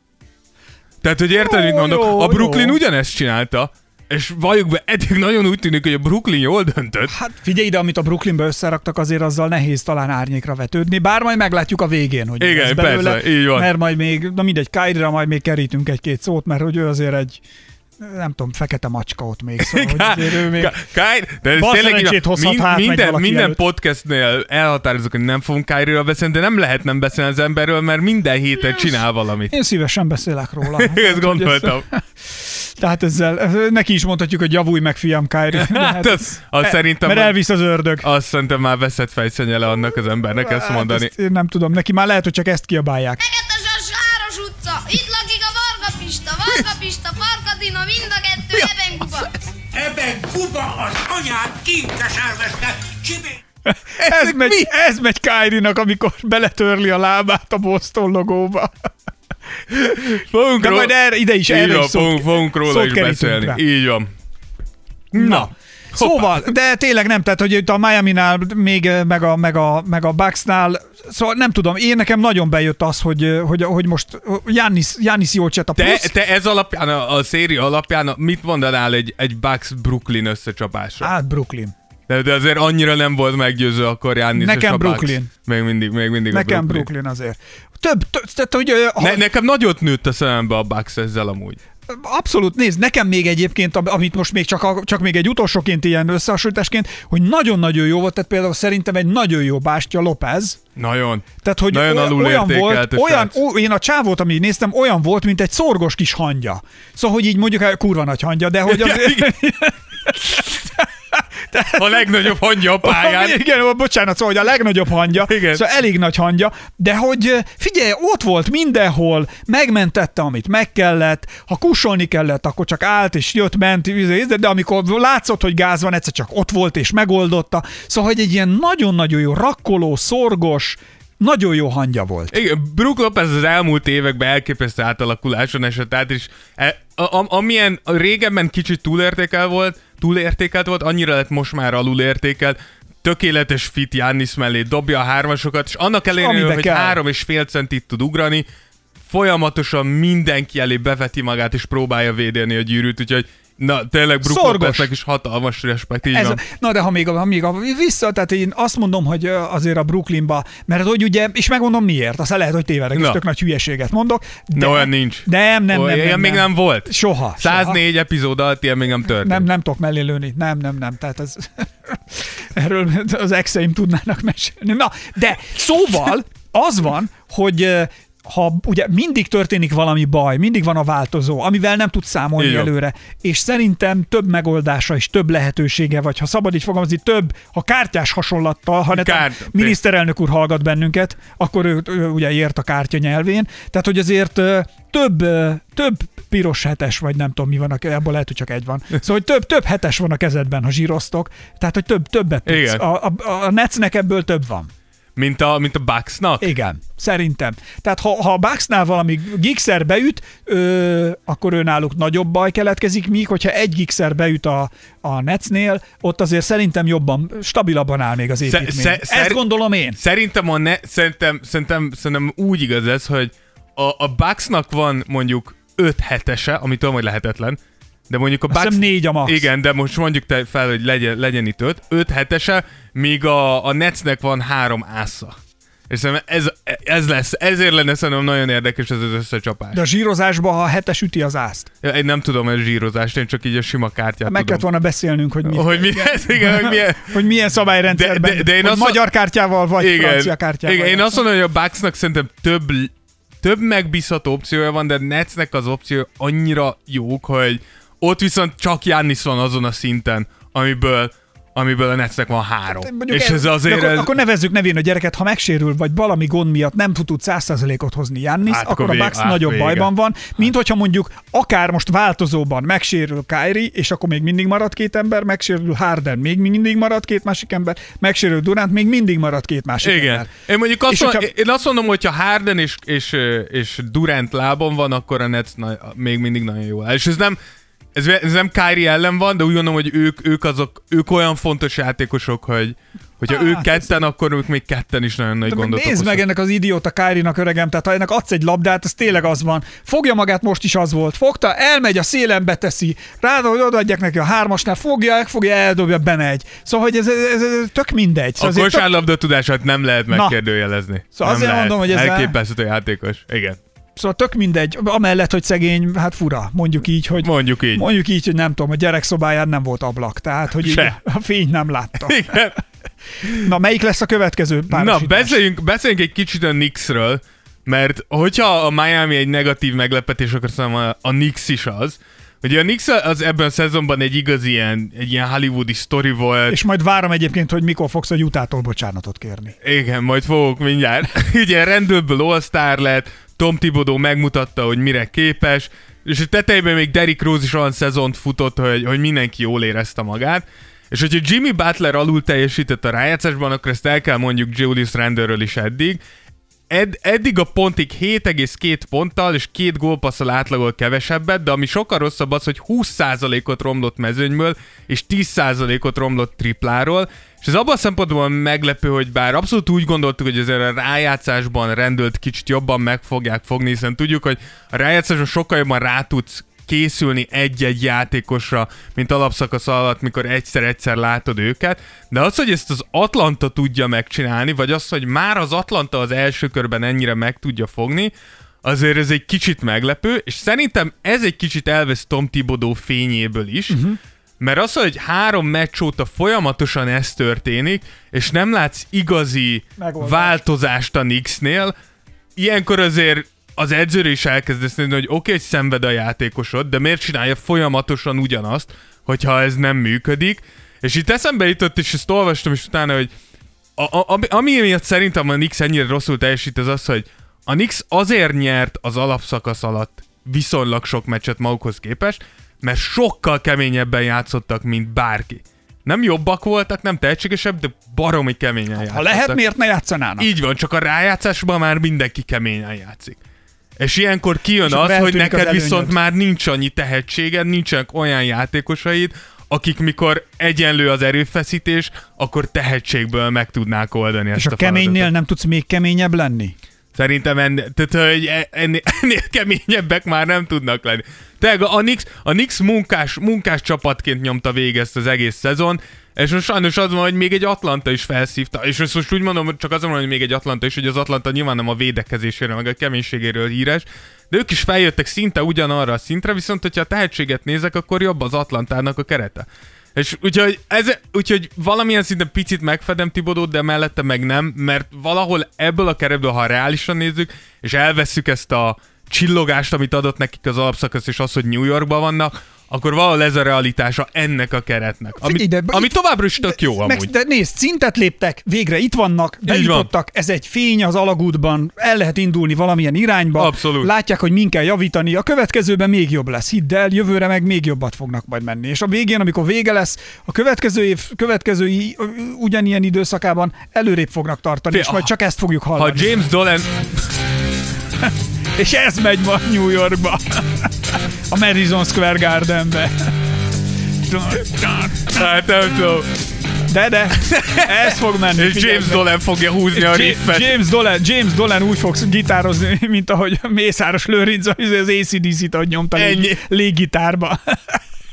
tehát, hogy érted, mit mondok? Jó, a Brooklyn jó. ugyanezt csinálta, és valljuk be, eddig nagyon úgy tűnik, hogy a Brooklyn jól döntött. Hát figyelj ide, amit a Brooklynbe összeraktak, azért azzal nehéz talán árnyékra vetődni, bár majd meglátjuk a végén, hogy igen, ez belőle, persze, így van. Mert majd még, na mindegy, Kyrie-ra majd még kerítünk egy-két szót, mert hogy ő azért egy, nem tudom, fekete macska ott még, szóval, hogy azért ő még Kyrie, de tényleg hozhat, hát minden, minden előtt. podcastnél elhatározok, hogy nem fogunk Kyrie-ről beszélni, de nem lehet nem beszélni az emberről, mert minden héten csinál valamit. Én szívesen beszélek róla. Ezt gondoltam. Tehát ezzel, neki is mondhatjuk, hogy javulj meg, fiam, Kyrie. Hát az, az e, szerintem... Mert elvisz az ördög. Azt szerintem már veszett fejszennyele annak az embernek ezt mondani. Hát ezt én nem tudom, neki már lehet, hogy csak ezt kiabálják. Feketes a Sáros utca, itt lakik a Varga Pista, Varga Pista, Farka Dina, mind a kettő Eben Kuba. Eben Kuba az anyád kinkeserveste, Csibi! ez, megy, ez megy Kyrie-nak, amikor beletörli a lábát a Boston logóba. Fogunk de ró... majd erre, ide is, erre van, is szót, fogunk, fogunk róla is beszélni. Rá. Így van. Na. Na. Szóval, de tényleg nem, tehát, hogy itt a Miami-nál, még meg a, meg a, meg a Bucks-nál, szóval nem tudom, én nekem nagyon bejött az, hogy, hogy, hogy most Giannis, Giannis jól csett a plusz. Te, te ez alapján, a, a széria alapján, mit mondanál egy, egy Bucks-Brooklyn összecsapásra? Hát Brooklyn. De, de azért annyira nem volt meggyőző akkor Giannis nekem és a Brooklyn. Bucks. Még mindig, még mindig nekem a Brooklyn. Brooklyn azért. Több, több tehát, hogy... Ha... Ne, nekem nagyot nőtt a szemembe a Bucks ezzel amúgy. Abszolút, nézd, nekem még egyébként, amit most még csak, a, csak még egy utolsóként ilyen összehasonlításként, hogy nagyon-nagyon jó volt, tehát például szerintem egy nagyon jó Bástya López. Nagyon. Tehát, hogy nagyon olyan, olyan volt, olyan, ó, én a csávót, amit néztem, olyan volt, mint egy szorgos kis hangya. Szóval, hogy így mondjuk kurva nagy hangya, de hogy azért... A legnagyobb hangya a pályán. Igen, bocsánat, szóval, hogy a legnagyobb hangya, igen. Szóval elég nagy hangya, de hogy figyelj, ott volt mindenhol, megmentette, amit meg kellett, ha kussolni kellett, akkor csak állt és jött, ment, de amikor látszott, hogy gáz van, egyszer csak ott volt és megoldotta. Szóval, hogy egy ilyen nagyon-nagyon jó, rakkoló, szorgos, nagyon jó hangja volt. Igen, Brook Lopez az elmúlt években elképesztő átalakuláson esett át, és a, a, amilyen régebben kicsit túlértékel volt, túlértékelt volt, annyira lett most már alulértékelt, tökéletes fit Giannis mellé, dobja a hármasokat, és annak ellenére, hogy kell. három és fél centit tud ugrani, folyamatosan mindenki elé beveti magát, és próbálja védeni a gyűrűt, úgyhogy na, tényleg Brook Lopeznek is hatalmas respekt, így van. Na, de ha még, ha még a, vissza, tehát én azt mondom, hogy azért a Brooklynba, mert hogy ugye, és megmondom miért, aztán lehet, hogy tévedek, és tök nagy hülyeséget mondok. De, no, olyan nincs. Nem, nem, nem. Ilyen nem, még nem. nem volt. Soha. száznégy soha. Epizód alatt ilyen még nem történt. Nem, nem tudok mellé lőni. Nem, nem, nem. Tehát ez, erről az exeim tudnának mesélni. Na, de szóval az van, hogy ha ugye mindig történik valami baj, mindig van a változó, amivel nem tud számolni Igen. előre, és szerintem több megoldása és több lehetősége, vagy ha szabad így fogalmazni, több, ha kártyás hasonlattal, ha a miniszterelnök úr hallgat bennünket, akkor ő, ő ugye ért a kártya nyelvén, tehát hogy azért több, több piros hetes, vagy nem tudom mi van, abból lehet, hogy csak egy van. Szóval hogy több, több hetes van a kezedben, ha zsíroztok, tehát hogy több, többet tudsz. A, a, a Netsnek ebből több van. Mint a, mint a Bucksnak? Igen, szerintem. Tehát ha, ha a Bucksnál valami gigszer beüt, ö, akkor ő náluk nagyobb baj keletkezik, míg hogyha egy gigszer beüt a, a Netsnél, ott azért szerintem jobban, stabilabban áll még az építmény. Sze, sze, Ezt gondolom én. Szerintem, a ne, szerintem, szerintem, szerintem úgy igaz ez, hogy a, a Bucksnak van mondjuk öt hetese, ami tudom, hogy lehetetlen, de mondjuk a Bucks... Azt négy a max. Igen, de most mondjuk te fel, hogy legyen, legyen itt öt, öt hetese, míg a, a Netsnek van három ásza. És szerintem ez, ez lesz, ezért lenne szerintem nagyon érdekes ez az összecsapás. De a zsírozásban, ha a hetes üti az ászt. Ja, én nem tudom ez zsírozást, én csak így a sima kártyát meg kellett volna beszélnünk, hogy, mi, hogy, mi ez, igen, hogy milyen, hogy milyen szabályrendszerben, de, de, de én hogy azt magyar kártyával vagy igen, francia kártyával. Igen, én azt mondom, hogy a Bucksnak szerintem több, több megbízható opciója van, de Netsnek az opció annyira jók, hogy ott viszont csak Giannis van azon a szinten, amiből amiből a Netsnek van három. És ez, ez azért... Akkor, ez... akkor nevezzük nevén a gyereket, ha megsérül, vagy valami gond miatt nem tud száz százalékot hozni Giannis, hát, akkor, akkor a Bucks nagyobb vége. bajban van, mint hogyha mondjuk akár most változóban megsérül Kyrie, és akkor még mindig marad két ember, megsérül Harden, még mindig marad két másik ember, megsérül Durant, még mindig marad két másik igen. ember. Én mondjuk azt, mond, hogyha... én azt mondom, hogy ha Harden és, és, és Durant lábon van, akkor a Nets na, még mindig nagyon jó. És ez nem Ez, ez nem Kyrie ellen van, de úgy gondolom, hogy ők, ők, azok, ők olyan fontos játékosok, hogy hogyha ah, ők ketten, ez... akkor ők még ketten is nagyon nagy gondot okoznak. Nézd meg ennek az idióta Kyrie-nak, öregem, tehát ha ennek adsz egy labdát, az tényleg az van. Fogja magát, most is az volt. Fogta, elmegy, a szélen beteszi. Rád, hogy odaadják neki a hármasnál, fogja, fogja, eldobja, bemegy. Szóval, hogy ez, ez, ez tök mindegy. Szóval a kosárlabda tök... tudását nem lehet megkérdőjelezni. Szóval nem azért lehet. mondom, hogy ez elképesztő játékos. Igen. Szóval tök mindegy, amellett, hogy szegény, hát fura, mondjuk így, hogy mondjuk így, mondjuk így, hogy nem tudom, a gyerek szobáján nem volt ablak, tehát, hogy így a fény nem látta. Igen. Na, melyik lesz a következő párosítás? Na, beszéljünk, beszéljünk egy kicsit a Knicksről, mert hogyha a Miami egy negatív meglepetés, akkor szerintem a, a Knicks is az. Ugye a Knicks az ebben a szezonban egy igazi ilyen, egy ilyen hollywoodi sztori volt. És majd várom egyébként, hogy mikor fogsz a Utah-tól bocsánatot kérni. Igen, majd fogok mindjárt. Ugye Randallből All-Star lett, Tom Thibodeau megmutatta, hogy mire képes, és a tetejében még Derrick Rose is olyan szezont futott, hogy, hogy mindenki jól érezte magát. És hogyha Jimmy Butler alul teljesített a rájátszásban, akkor ezt el kell mondjuk Julius Randleről is eddig. Ed, eddig a pontig hét egész két ponttal és két gólpasszal átlagol kevesebbet, de ami sokkal rosszabb az, hogy húsz százalékot romlott mezőnyből, és tíz százalékot romlott tripláról, és ez abban a szempontból meglepő, hogy bár abszolút úgy gondoltuk, hogy azért a rájátszásban Randalt kicsit jobban meg fogják fogni, hiszen tudjuk, hogy a rájátszásban sokkal jobban rá tudsz készülni egy-egy játékosra, mint alapszakasz alatt, mikor egyszer-egyszer látod őket, de az, hogy ezt az Atlanta tudja megcsinálni, vagy az, hogy már az Atlanta az első körben ennyire meg tudja fogni, azért ez egy kicsit meglepő, és szerintem ez egy kicsit elvesz Tom Thibodeau fényéből is, uh-huh. mert az, hogy három meccs óta folyamatosan ez történik, és nem látsz igazi Megoldás. változást a Knicksnél, ilyenkor azért az edzőre is elkezdesz nézni, hogy oké, okay, hogy szenved a játékosod, de miért csinálja folyamatosan ugyanazt, hogyha ez nem működik. És itt eszembe jutott, és ezt olvastam is utána, hogy a, a, ami, ami miatt szerintem a Knicks ennyire rosszul teljesít, az az, hogy a Knicks azért nyert az alapszakasz alatt viszonylag sok meccset magukhoz képest, mert sokkal keményebben játszottak, mint bárki. Nem jobbak voltak, nem tehetségesebb, de baromi keményen játszottak. Ha lehet, miért ne játszanának? Így van, csak a rájátszásban már mindenki keményen játszik. És ilyenkor kijön és az, hogy neked viszont már nincs annyi tehetséged, nincsenek olyan játékosaid, akik mikor egyenlő az erőfeszítés, akkor tehetségből meg tudnák oldani és ezt a, a keménynél feladatot. Nem tudsz még keményebb lenni? Szerintem ennél, tehát, hogy ennél, ennél keményebbek már nem tudnak lenni. Tehát a Knicks, a Knicks munkás, munkás csapatként nyomta végig ezt az egész szezon, és most sajnos az van, hogy még egy Atlanta is felszívta, és most, most úgy mondom, csak azon van, hogy még egy Atlanta is, hogy az Atlanta nyilván nem a védekezéséről, meg a keménységéről híres, de ők is feljöttek szinte ugyanarra a szintre, viszont hogyha a tehetséget nézek, akkor jobb az Atlantának a kerete. És úgyhogy, ez, úgyhogy valamilyen szinten picit megfedem Thibodeaut, de mellette meg nem, mert valahol ebből a keretből, ha reálisan nézzük, és elvesszük ezt a csillogást, amit adott nekik az alapszakasz, és az, hogy New Yorkban vannak, akkor valahol ez a realitása ennek a keretnek. Ami, Figyelj, de, ami továbbra is tök jó meg, amúgy. De nézd, szintet léptek, végre itt vannak, bejutottak, ez egy fény az alagútban, el lehet indulni valamilyen irányba. Abszolút. Látják, hogy min kell javítani, a következőben még jobb lesz, hidd el, jövőre meg még jobbat fognak majd menni. És a végén, amikor vége lesz, a következő év, következő ugyanilyen időszakában előrébb fognak tartani, Fé, és majd csak ezt fogjuk hallani. Ha James Dolan... És ez megy ma New Yorkba. A Madison Square Gardenbe. Hát nem tudom. De, de, ez fog menni. És James Dolan fogja húzni a riffet. James Dolan, James Dolan úgy fog gitározni, mint ahogy Mészáros Lőrinc az á cé dé cét, ahogy nyomta légi, léggitárba.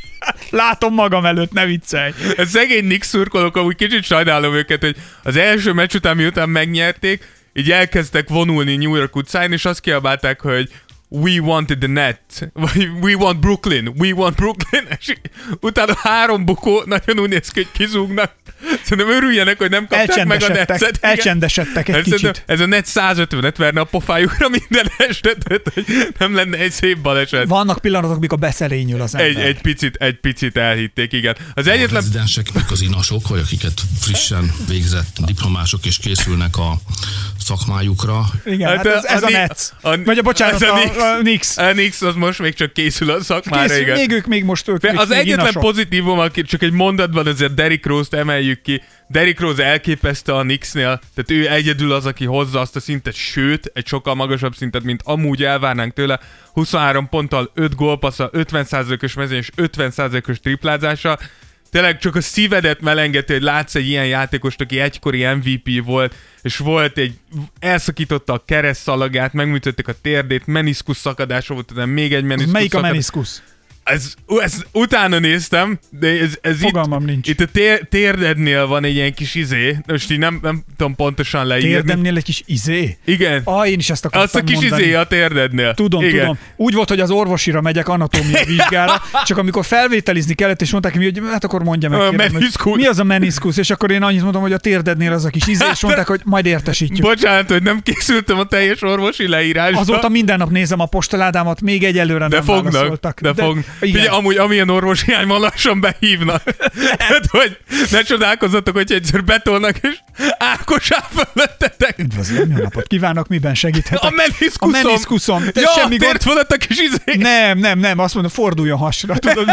Látom magam előtt, ne viccelj. A szegény Knicks szurkolók, amúgy kicsit sajnálom őket, hogy az első meccs után, miután megnyerték, így elkezdtek vonulni New York utcáin, és azt kiabálták, hogy we wanted the net, vagy we want Brooklyn, we want Brooklyn, és utána három bukó, nagyon úgy néz ki, hogy kizúgnak. Szerintem örüljenek, hogy nem kapták meg a netet. Elcsendesedtek egy kicsit. Ez a net százötvenet verne a pofájukra minden este, hogy nem lenne egy szép baleset. Vannak pillanatok, mikor beszelényül az ember. Egy, egy, picit, egy picit elhitték, igen. Az egyetlen... A rezidensek, ők az inasok, vagy akiket frissen végzett diplomások és készülnek a szakmájukra. Igen, hát, hát ez, ez a, a Nets. A, vagy a bocsánat, a, a, a Knicks. A Knicks az most még csak készül a szakmára, Készül, igen. Még ők, még most ők. Az még egyetlen inasok. pozitívum, csak egy mondatban azért Derrick Rose-t emeljük ki. Derrick Rose elképeszte a Knicksnél, tehát ő egyedül az, aki hozza azt a szintet, sőt, egy sokkal magasabb szintet, mint amúgy elvárnánk tőle. huszonhárom ponttal, öt gólpassza, ötven százalékos mezőny és ötven százalékos triplázása. Tényleg csak a szívedet melengeti, hogy látsz egy ilyen játékost, aki egykori em vé pé volt, és volt egy, elszakította a keresztszalagát, megműtötték a térdét, meniszkusz szakadása volt, de még egy meniszkusz. Melyik a szakad... meniszkusz? Ez, ez, utána néztem, de ez, ez Fogalmam itt, nincs. itt a tér, térdednél van egy ilyen kis izé, most így nem, nem tudom pontosan leírni. Térdemnél egy kis izé? Igen. Ah, én is ezt akartam Azt a kis mondani. izé a térdednél. Tudom, igen. tudom. Úgy volt, hogy az orvosira megyek anatómia vizsgára, csak amikor felvételizni kellett, és mondták, hogy hát akkor mondja meg. A kérem, meniszkusz. Mi az a meniszkusz? És akkor én annyit mondom, hogy a térdednél az a kis izé, és mondták, hogy majd értesítjük. Bocsánat, hogy nem készültem a teljes orvosi leírásba. Azóta minden nap nézem a postaládámat, még egyelőre de nem fognak, válaszoltak. de, de fognak. Figyelj, amúgy amilyen orvosi hiány van, lassan behívnak. Hát, hogy ne csodálkozzatok, hogy egyszer betolnak, és Ákosá fölöttetek. Üdvözlöm, jó napot kívánok, miben segíthetek? A meniszkuszom. A meniszkuszom. Ja, semmi tért fölött a kis izé. Nem, nem, nem, azt mondom, forduljon hasra. Tudod,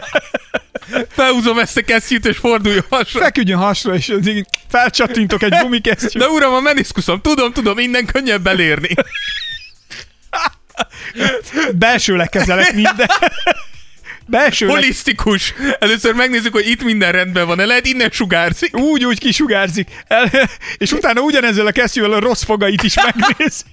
Felhúzom ezt a kesztyűt, és forduljon hasra. feküdjön hasra, és felcsattintok egy gumikesztyűt. De uram, a meniszkuszom, tudom, tudom, innen könnyebb elérni. Belsőleg kezelek minden. Belsőleg. Holisztikus. Először megnézzük, hogy itt minden rendben van. Lehet innen sugárzik. Úgy, úgy kisugárzik. El, és utána ugyanezzel a kesztyűvel a rossz fogait is megnézem.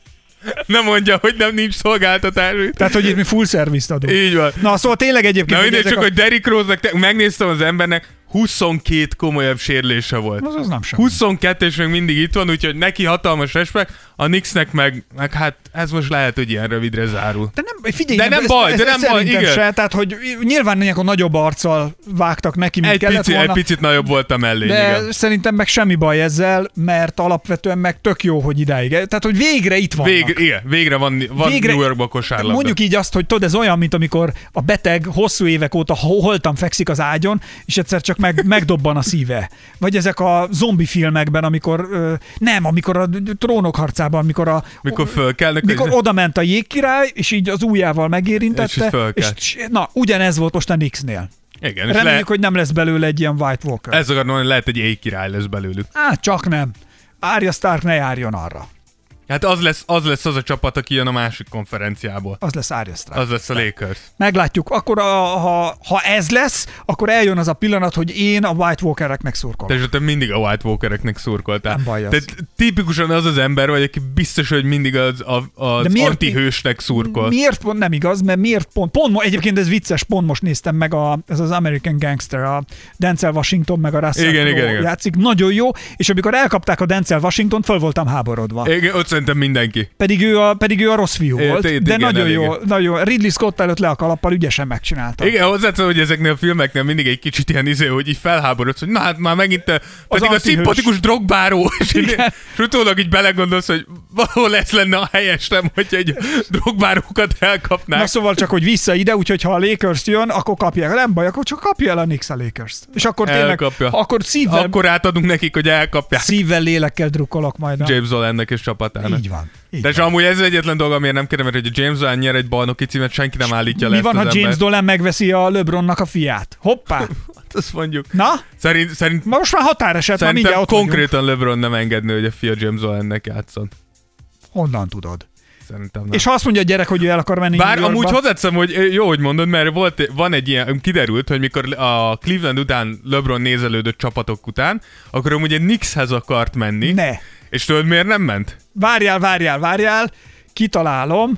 Nem mondja, hogy nem nincs szolgáltatás. Tehát, hogy itt mi full service-t adunk. Így van. Na, szóval tényleg egyébként... Na, mindegy, csak, a... hogy Derrick Rose-nak, te, megnéztem az embernek, huszonkét komolyabb sérülése volt. Az, az nem semmi. huszonkettő és még mindig itt van, úgyhogy neki hatalmas respekt, a Knicksnek meg, meg hát ez most lehet, hogy ilyen rövidre zárul. De nem, figyelj, de nem ez, baj, ez, de ez nem baj, szerintem igen. se, tehát, hogy nyilván ilyenkor nagyobb arccal vágtak neki, mint Egy, kellett pici, volna. egy picit nagyobb volt a mellény, de igen. szerintem meg semmi baj ezzel, mert alapvetően meg tök jó, hogy idáig. Tehát, hogy végre itt vannak. Végre, igen, végre van, van végre, New Yorkban kosárlabda. Mondjuk így azt, hogy tudod, ez olyan, mint amikor a beteg hosszú évek óta holtan fekszik az ágyon, és egyszer csak meg, megdobban a szíve. Vagy ezek a zombi filmekben, amikor, ö, nem, amikor a Trónok harcában, amikor a... Mikor fölkelnek. Mikor hogy... oda ment a jégkirály, és így az ujjával megérintette. És, és na, ugyanez volt most a Knicksnél. Igen, Reméljük, le... hogy nem lesz belőle egy ilyen White Walker. Ez akarom mondani, lehet egy éjkirály lesz belőlük. Á, csak nem. Arya Stark ne járjon arra. Hát az lesz, az lesz az a csapat, aki jön a másik konferenciából. Az lesz Arya Stark. Az lesz a Lakers. Meglátjuk. Akkor a, ha, ha ez lesz, akkor eljön az a pillanat, hogy én a White Walkereknek szurkolok. Te, te mindig a White Walkereknek szurkoltál. Nem baj az. Te tipikusan az az ember vagy, aki biztos, hogy mindig az, az antihősnek szurkol. Miért pont nem igaz? Mert miért pont? Pont egyébként ez vicces, pont most néztem meg a, ez az American Gangster, a Denzel Washington meg a Russell igen, igen, igen. játszik. Nagyon jó, és amikor elkapták a Denzel Washingtont, föl voltam háborodva. Igen, ott szerintem mindenki. Pedig ő a, pedig ő a rossz fiú É, volt, t- de igen, nagyon elég. jó, nagyon Ridley Scott előtt le a kalappal ügyesen megcsinálta. Igen, hozzátszom, hogy ezeknél a filmeknél mindig egy kicsit ilyen izé, hogy így felháborodsz, hogy na hát már megint te, pedig a antihős. szimpatikus drogbáró, és, így, és utólag így belegondolsz, hogy valahol lesz lenne a helyes, nem, hogyha egy drogbárókat elkapnák. Na szóval csak, hogy vissza ide, úgyhogy ha a Lakers jön, akkor kapják. Nem baj, akkor csak kapja el a Knicks a Lakers-t. És akkor tényleg, Elkapja. akkor szívvel, Akkor átadunk nekik, hogy elkapják szívvel, lélekkel drukkolok majd. A... James Dolannek és csapatának. Így van. Így De és van. amúgy ez egyetlen dolog, amiért nem kérem, hogy a James Dolan nyer egy bajnoki címet, senki nem állítja le Mi van, ezt ha az James embert. Dolan megveszi a LeBronnak a fiát? Hoppá! Hát azt mondjuk. Na? Szerint, szerint, Most már határeset, már mindjárt szerintem ott vagyunk. konkrétan LeBron nem engedni, hogy a fia James Dolannek játszon. Honnan tudod? Szerintem nem. És ha azt mondja a gyerek, hogy ő el akar menni Bár New amúgy Yorkba, hozzáteszem, hogy jó, hogy mondod, mert volt, van egy ilyen, kiderült, hogy mikor a Cleveland után LeBron nézelődött csapatok után, akkor amúgy egy Knickshez akart menni. ne. És tudod, miért nem ment? Várjál, várjál, várjál, kitalálom.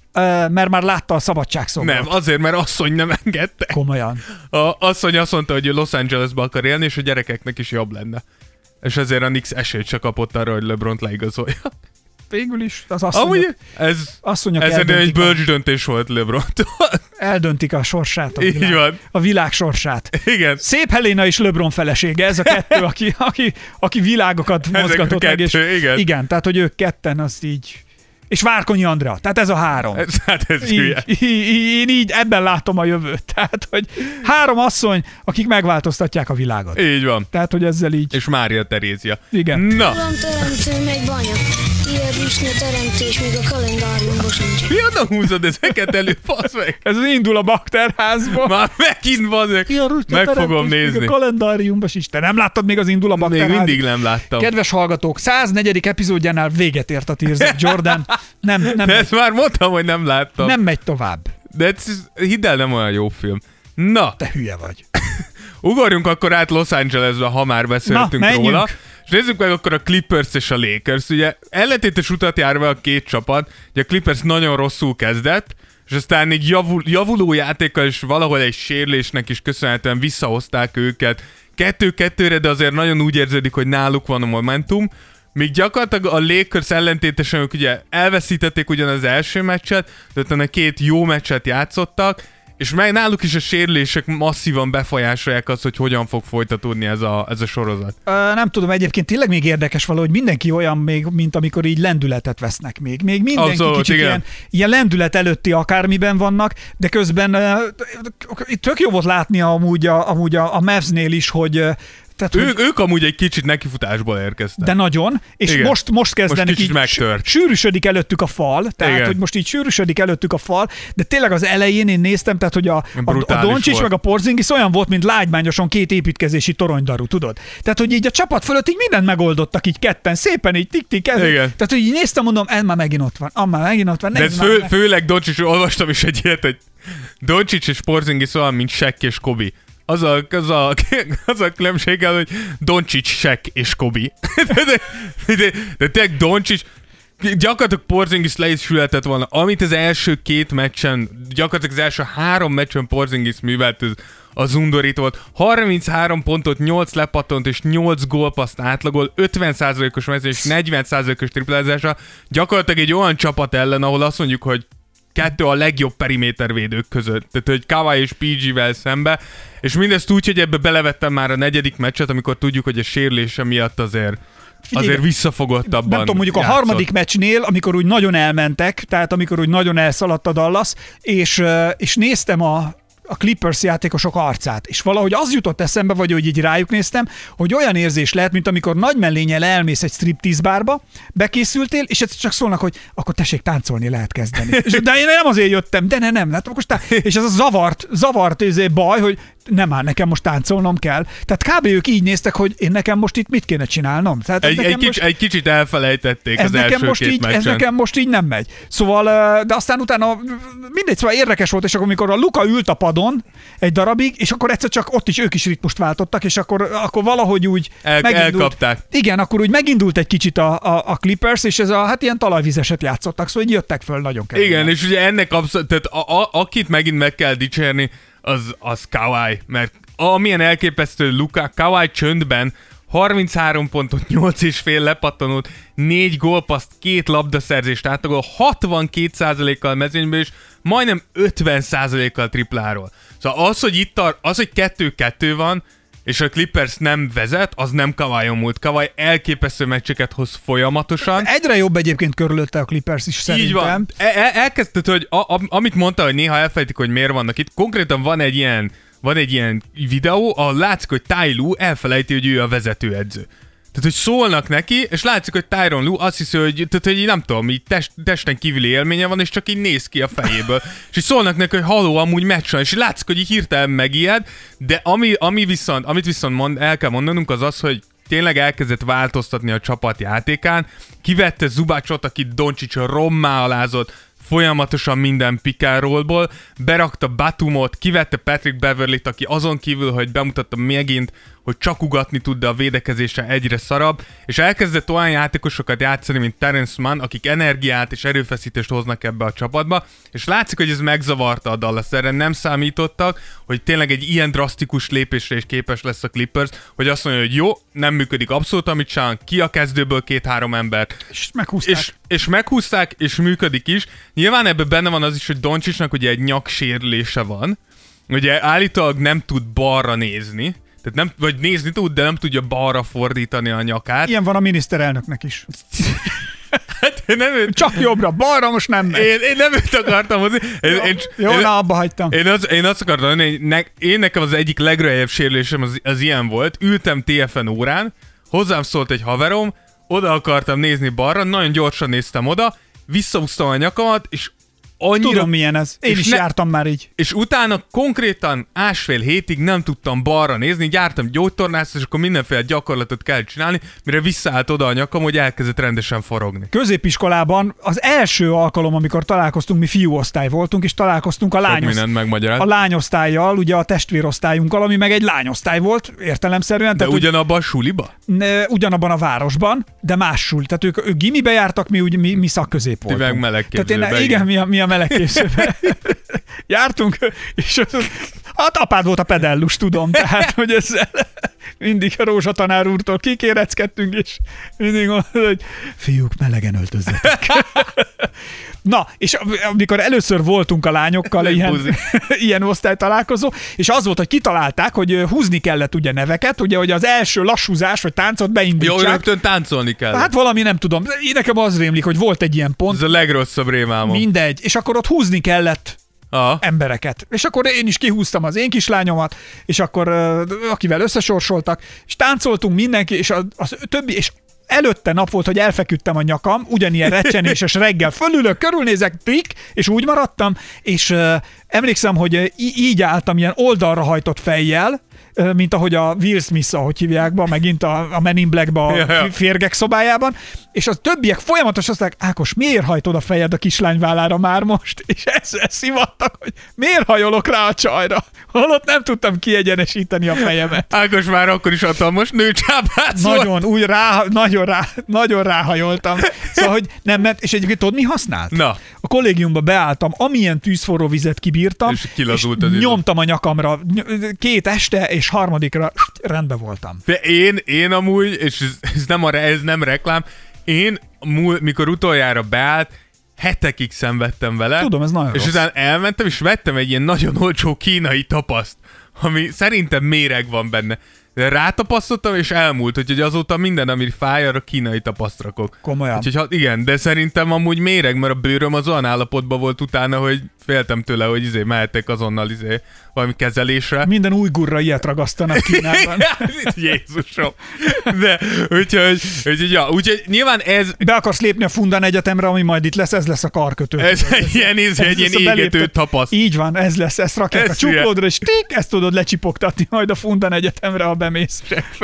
mert már látta a szabadságszobrot. Nem, azért, mert asszony nem engedte. Komolyan. A asszony azt mondta, hogy Los Angelesbe akar élni, és a gyerekeknek is jobb lenne. És ezért a Knicks esélyt csak kapott arra, hogy LeBront leigazolja. Végül is az asszonyok, Amúgy ez, asszonyok ez egy bölcs a, döntés volt LeBrontól. eldöntik a sorsát, a világ, Így van. a világ sorsát. Igen. Szép Helena és LeBron felesége, ez a kettő, aki, aki, aki világokat mozgatott meg. És, igen. igen, tehát hogy ők ketten azt így... És Várkonyi Andrea, tehát ez a három. Ez, hát ez így, így, én így ebben látom a jövőt. Tehát, hogy három asszony, akik megváltoztatják a világot. Így van. Tehát, hogy ezzel így... És Mária Terézia. Igen. Na. Uram teremtő, meg banya. Ilyen rüsne teremtés, még a kalendáriumban sincs. Mi oda húzod ezeket elő, fasz meg? Ez az indul a bakterházba. Már megint van, meg fogom nézni. A kalendáriumban is. Te nem láttad még az indul a bakterház? Még mindig nem láttam. Kedves hallgatók, száznegyedik epizódjánál véget ért a Tears of Jordan. Nem, nem De megy, ezt már mondtam, hogy nem láttam. nem megy tovább. De ez, hidd el, nem olyan jó film. Na, Te hülye vagy. ugorjunk akkor át Los Angelesbe, ha már beszéltünk Na, róla. És nézzük meg akkor a Clippers és a Lakers. Ugye ellentétes utat jár be a két csapat. Ugye a Clippers nagyon rosszul kezdett, és aztán így javul, javuló játékkal és valahol egy sérülésnek is köszönhetően visszahozták őket kettő-kettőre, de azért nagyon úgy érződik, hogy náluk van a momentum. Míg gyakorlatilag a Lakers ellentétesen ők ugye elveszítették ugyan az első meccset, de utána két jó meccset játszottak, és meg náluk is a sérülések masszívan befolyásolják azt, hogy hogyan fog folytatódni ez a, ez a sorozat. Ö, nem tudom, egyébként tényleg még érdekes valahogy mindenki olyan még, mint amikor így lendületet vesznek még. Még mindenki Abszolút, kicsit igen. ilyen, ilyen lendület előtti akármiben vannak, de közben uh, tök jó volt látni amúgy a, amúgy a, a Mavsnél is, hogy uh, tehát, Ő, hogy, ők amúgy egy kicsit nekifutásból érkeztek. de nagyon, és Igen. most, most kezdenek Most kicsit így, megtört. sűrűsödik előttük a fal, tehát Igen. hogy most így sűrűsödik előttük a fal, de tényleg az elején én néztem, tehát hogy a, a, a Brutális Doncsics volt. meg a Porzingis olyan volt, mint lágymányosan két építkezési toronydaru, tudod? Tehát, hogy így a csapat fölött így mindent megoldottak, így ketten, szépen így tik-tik. Ez, Igen. tehát, hogy így néztem, mondom, ez már megint ott van, ah, már megint ott van. De ez nézd már fő, meg. főleg Doncsics, olvastam is egy ilyet, hogy Doncsics és Porzingis olyan, mint Shaq és Kobe. Az a, az a, az a különbséggel, hogy Doncsics, Shaq és Kobe. De, de, de, de tényleg Doncsics, gyakorlatilag Porzingis le is sületett volna. Amit az első két meccsen, gyakorlatilag az első három meccsen Porzingis művelt, az, az undorító volt. harminchárom pontot, nyolc lepattant és nyolc gólpasszt átlagol, ötven százalékos mező és negyven százalékos triplázása. Gyakorlatilag egy olyan csapat ellen, ahol azt mondjuk, hogy kettő a legjobb perimétervédők között. Tehát, hogy Kawhi és pé gé-vel szembe. És mindezt úgy, hogy ebbe belevettem már a negyedik meccset, amikor tudjuk, hogy a sérülése miatt azért Figyelj, azért visszafogottabban nem tudom, mondjuk a játszott. harmadik meccsnél, amikor úgy nagyon elmentek, tehát amikor úgy nagyon elszaladt a Dallas, és, ö, és néztem a a Clippers játékosok arcát, és valahogy az jutott eszembe, vagy hogy így rájuk néztem, hogy olyan érzés lehet, mint amikor nagy mellénnyel elmész egy striptease bárba, bekészültél, és ezt csak szólnak, hogy akkor tessék táncolni, lehet kezdeni. És, de én nem azért jöttem, de ne, nem, látom, most tá- és ez a zavart, zavart ez baj, hogy nem áll, nekem most táncolnom kell. Tehát kb. Ők így néztek, hogy én nekem most itt mit kéne csinálnom. Tehát Egy, egy, most... kicsi, egy kicsit elfelejtették Ez az nekem, első most két így, ez meccsen. nekem most így nem megy. Szóval, de aztán utána mindegy, szóval érdekes volt, és akkor amikor a Luka ült a padon egy darabig, és akkor egyszer csak ott is ők is ritmust váltottak, és akkor, akkor valahogy úgy El, megindult. elkapták. Igen, akkor úgy megindult egy kicsit a, a, a Clippers, és ez a, hát ilyen talajvizeset játszottak, szóval így jöttek föl nagyon keményen. Igen, és ugye ennek abszolút, tehát a, a, akit megint meg kell dicsérni, az, az Kawhi, mert amilyen elképesztő Luka, Kawhi csöndben harminchárom pontot, nyolc és fél lepattanót, négy gólpaszt, két labdaszerzést átlagol, hatvankét százalékkal mezőnyből, és majdnem ötven százalékkal tripláról. Szóval az, hogy itt tar- az, hogy kettő-kettő van, és a Clippers nem vezet, az nem Kawhi-on múlt. Kawhi elképesztő meccseket hoz folyamatosan. Egyre jobb egyébként körülötte a Clippers is szerintem. Így van. El- elkezdted, hogy a- a- amit mondta, hogy néha elfelejtik, hogy miért vannak itt. Konkrétan van egy ilyen, van egy ilyen videó, ahol látszik, hogy Ty Lue elfelejti, hogy ő a vezetőedző. Tehát, hogy szólnak neki, és látszik, hogy Tyronn Lue azt hiszi, hogy, tehát, hogy nem tudom, így test, testen kívüli élménye van, és csak így néz ki a fejéből. És így szólnak neki, hogy haló, amúgy meccs van, és így látszik, hogy így hirtelen megijed, de ami, ami viszont, amit viszont mond, el kell mondanunk, az az, hogy tényleg elkezdett változtatni a csapat játékán, kivette Zubacot, akit Doncic rommá alázott, folyamatosan minden pick and rollból, berakta Batumot, kivette Patrick Beverlyt, aki azon kívül, hogy bemutatta megint, hogy csak ugatni tud, de a védekezése egyre szarabb, és elkezdett olyan játékosokat játszani, mint Terence Mann, akik energiát és erőfeszítést hoznak ebbe a csapatba, és látszik, hogy ez megzavarta a Dallas, erre nem számítottak, hogy tényleg egy ilyen drasztikus lépésre is képes lesz a Clippers, hogy azt mondja, hogy jó, nem működik abszolút, amit csinál, ki a kezdőből két-három embert. És meghúzták. És, és meghúzták, és működik is. Nyilván ebben benne van az is, hogy Doncsicsnak ugye egy nyaksérülése van. Ugye állítólag nem tud balra nézni, tehát nem, vagy nézni tud, de nem tudja balra fordítani a nyakát. Ilyen van a miniszterelnöknek is. Hát nem őt... Csak jobbra, balra most nem megy. Én, én nem őt akartam hozni. Én, Jó, én, jó én, na, abba hagytam. Én, az, én azt akartam mondani, hogy ne, én nekem az egyik legrölyebb sérülésem az, az ilyen volt. Ültem té ef en órán, hozzám szólt egy haverom, oda akartam nézni balra, nagyon gyorsan néztem oda, visszahúztam a nyakamat, és annyira... Tudom, milyen ez. Én is ne... jártam már így. És utána konkrétan másfél hétig nem tudtam balra nézni, jártam gyógytornász, és akkor mindenféle gyakorlatot kell csinálni, mire visszaállt oda a nyakam, hogy elkezdett rendesen forogni. Középiskolában az első alkalom, amikor találkoztunk, mi fiúosztály voltunk, és találkoztunk a, lányos... a lányosztályjal, ugye a testvérosztályunkkal, ami meg egy lányosztály volt, értelemszerűen. De tehát, ugyanabban a suliba? Ne, ugyanabban a városban, de más suli. Tehát ők, ők gimibe jártak, mi, úgy, mi, mi szakközép voltunk. Ti meg melegképzőbe. Tehát én, igen, mi a, mi a melegképzőbe. Jártunk, és hát apád volt a pedellus, tudom, tehát, hogy ezzel mindig a Rózsa tanár úrtól kikéreckedtünk, és mindig mondta, hogy fiúk, melegen öltözzetek. Na, és amikor először voltunk a lányokkal ilyen, ilyen osztálytalálkozó, és az volt, hogy kitalálták, hogy húzni kellett ugye neveket, ugye, hogy az első lassúzás, vagy táncot beindítsák. Jó, rögtön táncolni kell. Hát valami nem tudom. Nekem az rémlik, hogy volt egy ilyen pont. Ez a legrosszabb rémálmom. Mindegy. És akkor ott húzni kellett Aha. embereket. És akkor én is kihúztam az én kislányomat, és akkor akivel összesorsoltak, és táncoltunk mindenki, és a, a többi, és előtte nap volt, hogy elfeküdtem a nyakam, ugyanilyen recsenéses reggel fölülök, körülnézek, tik, és úgy maradtam, és uh, emlékszem, hogy így álltam ilyen oldalra hajtott fejjel, mint ahogy a Will Smith, ahogy hívják be, megint a, a Men in Black-ba a ja, ja. férgek szobájában, és a többiek folyamatosan azt mondták, Ákos, miért hajtod a fejed a kislány vállára már most? És ezzel szivattak, hogy miért hajolok rá a csajra? Holott nem tudtam kiegyenesíteni a fejemet. Ákos már akkor is hatalmas nőcsábác volt. Nagyon, úgy rá, nagyon, rá, nagyon ráhajoltam. Szóval, hogy nem ment, és egyébként tudod, mi használt? Na. A kollégiumba beálltam, amilyen tűzforró vizet kibírtam, és, és nyomtam a nyakamra két este, és harmadikra rendben voltam. De én, én amúgy, és ez, ez, nem, a, ez nem reklám, én mikor utoljára beállt, hetekig szenvedtem vele. Tudom, ez nagyon És rossz. utána elmentem, és vettem egy ilyen nagyon olcsó kínai tapaszt, ami szerintem méreg van benne. De rátapasztottam, és elmúlt, úgyhogy azóta minden, ami fáj, arra kínai tapaszt rakok. Komolyan. Úgyhogy ha, igen, de szerintem amúgy méreg, mert a bőröm az olyan állapotban volt utána, hogy féltem tőle, hogy izé mehetek azonnal izé valami kezelésre. Minden ujgurra ilyet ragasztanak Kínában. Jézusom. De, úgyhogy, úgyhogy, ja, úgyhogy nyilván ez... Be akarsz lépni a Fundan Egyetemre, ami majd itt lesz, ez lesz a karkötő. Ez egy ilyen, ez egy ilyen égető tapasz. Így van, ez lesz, ezt rakják ez a csuklódra, és tik, ezt tudod lecsipogtatni majd a Fundan Egyetemre, ha bemész.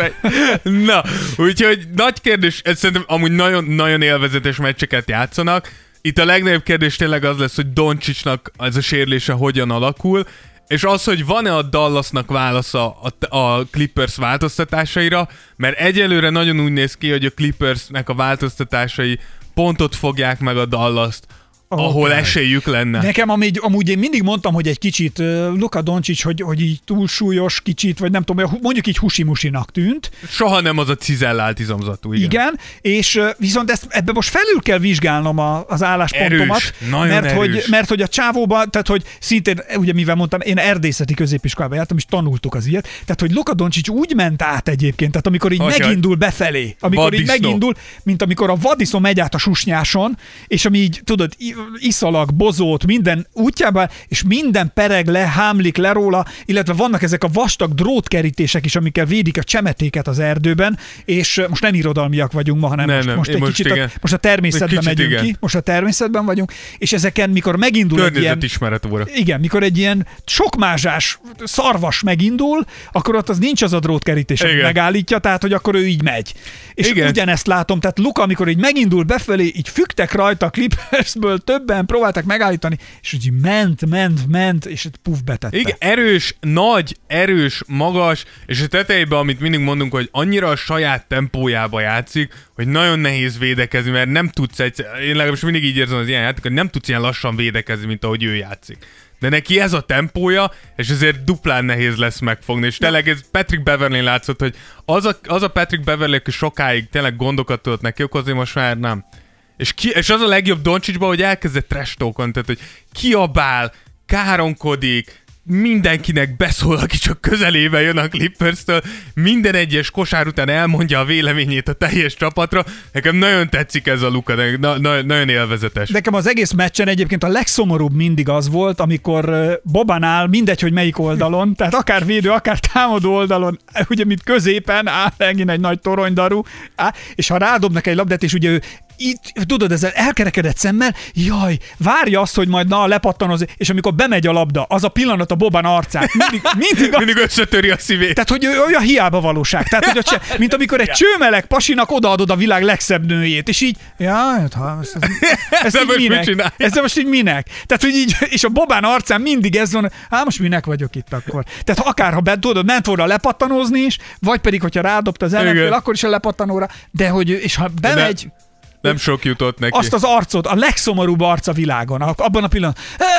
Na, úgyhogy nagy kérdés, ez szerintem amúgy nagyon-nagyon élvezetes meccseket játszanak. Itt a legnagyobb kérdés tényleg az lesz, hogy Doncsicsnak ez a sérülése hogyan alakul, és az, hogy van-e a Dallasnak válasza a, a Clippers változtatásaira, mert egyelőre nagyon úgy néz ki, hogy a Clippersnek a változtatásai pontot fogják meg a Dallast, okay. ahol esélyük lenne. Nekem amúgy, amúgy én mindig mondtam, hogy egy kicsit uh, Luka Doncic, hogy, hogy így túlsúlyos kicsit, vagy nem tudom, mondjuk így husimusinak tűnt. Soha nem az a cizellált izomzatú. Igen, igen és uh, viszont ezt, ebbe most felül kell vizsgálnom a, az álláspontomat. Erős, nagyon mert, erős. Hogy, mert hogy a csávóban, tehát hogy szintén, ugye mivel mondtam, én erdészeti középiskolába jártam, és tanultuk az ilyet, tehát hogy Luka Doncic úgy ment át egyébként, tehát amikor így Atyaj. megindul befelé, amikor vadisznó. így megindul, mint amikor a vadiszó megy át a susnyáson, és ami így, tudod, iszalak, bozót, minden útjában, és minden pereg le, hámlik le róla, illetve vannak ezek a vastag drótkerítések is, amikkel védik a csemetéket az erdőben, és most nem irodalmiak vagyunk ma, hanem nem, most, nem. most egy most kicsit a, most a természetben megyünk igen. ki, most a természetben vagyunk, és ezeken, mikor megindul egy ilyen... ismeret óra. Igen, mikor egy ilyen sokmázsás szarvas megindul, akkor ott az nincs az a drótkerítés, ami megállítja, tehát, hogy akkor ő így megy. És igen. ugyanezt látom, tehát Luka, amikor így megindul befelé, így fügtek rajta a Clippersből többen próbálták megállítani, és úgy ment, ment, ment, és puf, betette. Igen, erős, nagy, erős, magas, és a tetejében, amit mindig mondunk, hogy annyira a saját tempójába játszik, hogy nagyon nehéz védekezni, mert nem tudsz egyszer, én legalábbis mindig így érzem az ilyen játék, hogy nem tudsz ilyen lassan védekezni, mint ahogy ő játszik. De neki ez a tempója, és ezért duplán nehéz lesz megfogni. És tényleg ez Patrick Beverley látszott, hogy az a, az a Patrick Beverley, aki sokáig tényleg gondokat tudott neki okozni, most már nem. És, ki, és az a legjobb Doncsicsban, hogy elkezdett trash talk-on, tehát hogy kiabál, káronkodik, mindenkinek beszól, aki csak közelébe jön a Clippers-től, minden egyes kosár után elmondja a véleményét a teljes csapatra. Nekem nagyon tetszik ez a Luka, na, na, nagyon élvezetes. Nekem az egész meccsen egyébként a legszomorúbb mindig az volt, amikor Bobanál, mindegy, hogy melyik oldalon, tehát akár védő, akár támadó oldalon, ugye mint középen áll megint egy nagy toronydarú, áll, és ha rádobnak egy labdát, és ugye ő itt, tudod, ezzel elkerekedett szemmel, jaj, várja azt, hogy majd na, lepattanoz, és amikor bemegy a labda, az a pillanat a Boban arcát, mindig, mindig, a... mindig összetöri a szívét. Tehát, hogy olyan hiába valóság. Tehát, hogy cse... mint amikor egy csőmeleg pasinak odaadod a világ legszebb nőjét, és így, jaj, ha, ezt, ezt, ezt így minek? Ezzel most így minek? Tehát, hogy így, és a Bobán arcán mindig ez van, hát most minek vagyok itt akkor? Tehát, akár ha be, tudod, ment volna lepattanozni is, vagy pedig, hogyha rádobta az ellenfél, akkor is a lepattanóra, de hogy, és ha bemegy, de... Nem sok jutott neki. Azt az arcot, a legszomorúbb arc a világon, abban a pillanatban.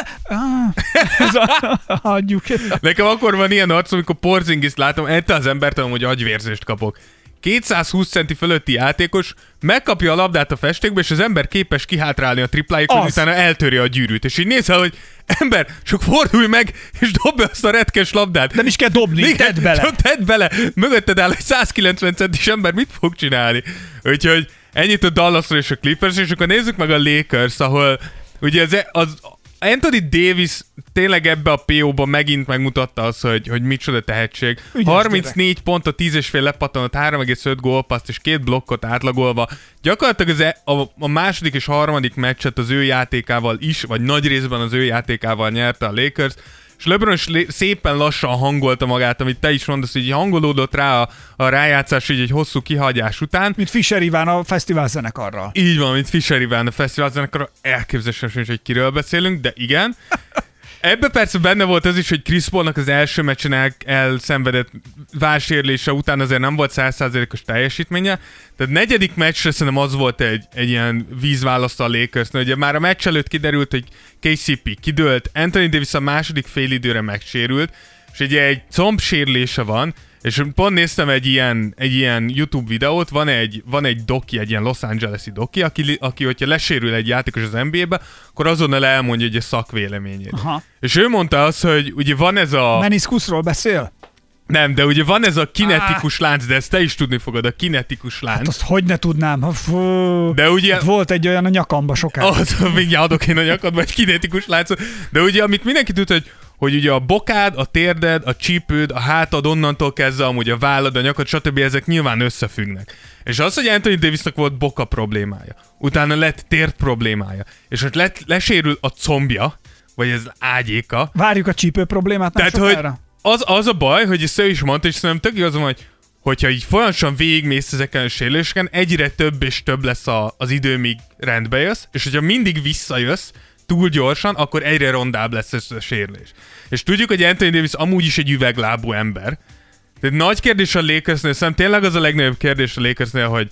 Hagyjuk. Nekem akkor van ilyen arc, amikor Porzingiszt látom, ettől az embertől, hogy agyvérzést kapok. kétszázhúsz centi fölötti játékos megkapja a labdát a festékbe, és az ember képes kihátrálni a tripláikon, utána eltöri a gyűrűt. És így nézel, hogy ember, csak fordulj meg, és dobd be azt a retkes labdát. Nem is kell dobni, igen, tedd bele. Csak tedd bele. Mögötted áll egy százkilencven centis ember, mit fog csinálni? Úgyhogy ennyit a Dallasról és a Clippers, és akkor nézzük meg a Lakers, ahol ugye az, az Anthony Davis tényleg ebbe a pé ó-ba megint megmutatta azt, hogy, hogy micsoda tehetség. Ügyes harmincnégy gyerek. Pont, a tíz és fél lepattanott, három egész öt gólpasszt és két blokkot átlagolva. Gyakorlatilag az e, a, a második és harmadik meccset az ő játékával is, vagy nagy részben az ő játékával nyerte a Lakers. És LeBron is lé- szépen lassan hangolta magát, amit te is mondasz, hogy hangolódott rá a, a rájátszás így egy hosszú kihagyás után. Mint Fischer Iván a fesztivál zenekarral. Így van, mint Fischer Iván a fesztivál zenekarral. Elképzelésem sincs, hogy kiről beszélünk, de igen. Ebben persze benne volt az is, hogy Chris Paulnak az első meccsen el, elszenvedett válsérlése után azért nem volt száz százalékos teljesítménye. Tehát negyedik meccsre szerintem az volt egy, egy ilyen vízválaszt a Lakersnél. Ugye már a meccs előtt kiderült, hogy ká cé pé kidőlt, Anthony Davis a második félidőre megsérült, és ugye egy combsérülése van, és pont néztem egy ilyen, egy ilyen YouTube videót, van egy, van egy doki, egy ilyen Los Angeles-i doki, aki, aki hogyha lesérül egy játékos az en bé á-be, akkor azonnal elmondja egy szakvéleményét. Aha. És ő mondta azt, hogy ugye van ez a... Meniszkuszról beszél? Nem, de ugye van ez a kinetikus ah. lánc, de ezt te is tudni fogod, a kinetikus lánc. Hát azt hogy ne tudnám. Fú, de ugye... Hát volt egy olyan a nyakamba sokáig. Az, mindjárt adok én a nyakadba egy kinetikus láncot. De ugye, amit mindenki tud, hogy hogy ugye a bokád, a térded, a csípőd, a hátad, onnantól kezdve amúgy a vállad, a nyakad, stb. Ezek nyilván összefüggnek. És az, hogy Anthony Davisnak volt boka problémája, utána lett térd problémája, és most lett, lesérül a combja, vagy ez ágyéka. Várjuk a csípő problémát nem Tehát, hogy az, az a baj, hogy ezt ő is mondta, és szerintem tök igazom, hogy hogyha így folyamatosan végigmész ezeken a sérüléseken, egyre több és több lesz a, az idő, míg rendbe jössz, és hogyha mindig visszajössz, túl gyorsan, akkor egyre rondább lesz ez a sérülés. És tudjuk, hogy Anthony Davis amúgy is egy üveglábú ember. Tehát nagy kérdés a Lakersnél, szerintem tényleg az a legnagyobb kérdés a Lakersnél, hogy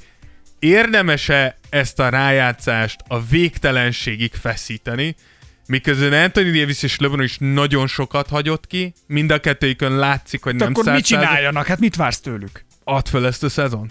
érdemes-e ezt a rájátszást a végtelenségig feszíteni, miközben Anthony Davis és LeBron is nagyon sokat hagyott ki, mind a kettőjükön látszik, hogy nem akkor mit csináljanak? Hát mit vársz tőlük? Add fel ezt a szezont.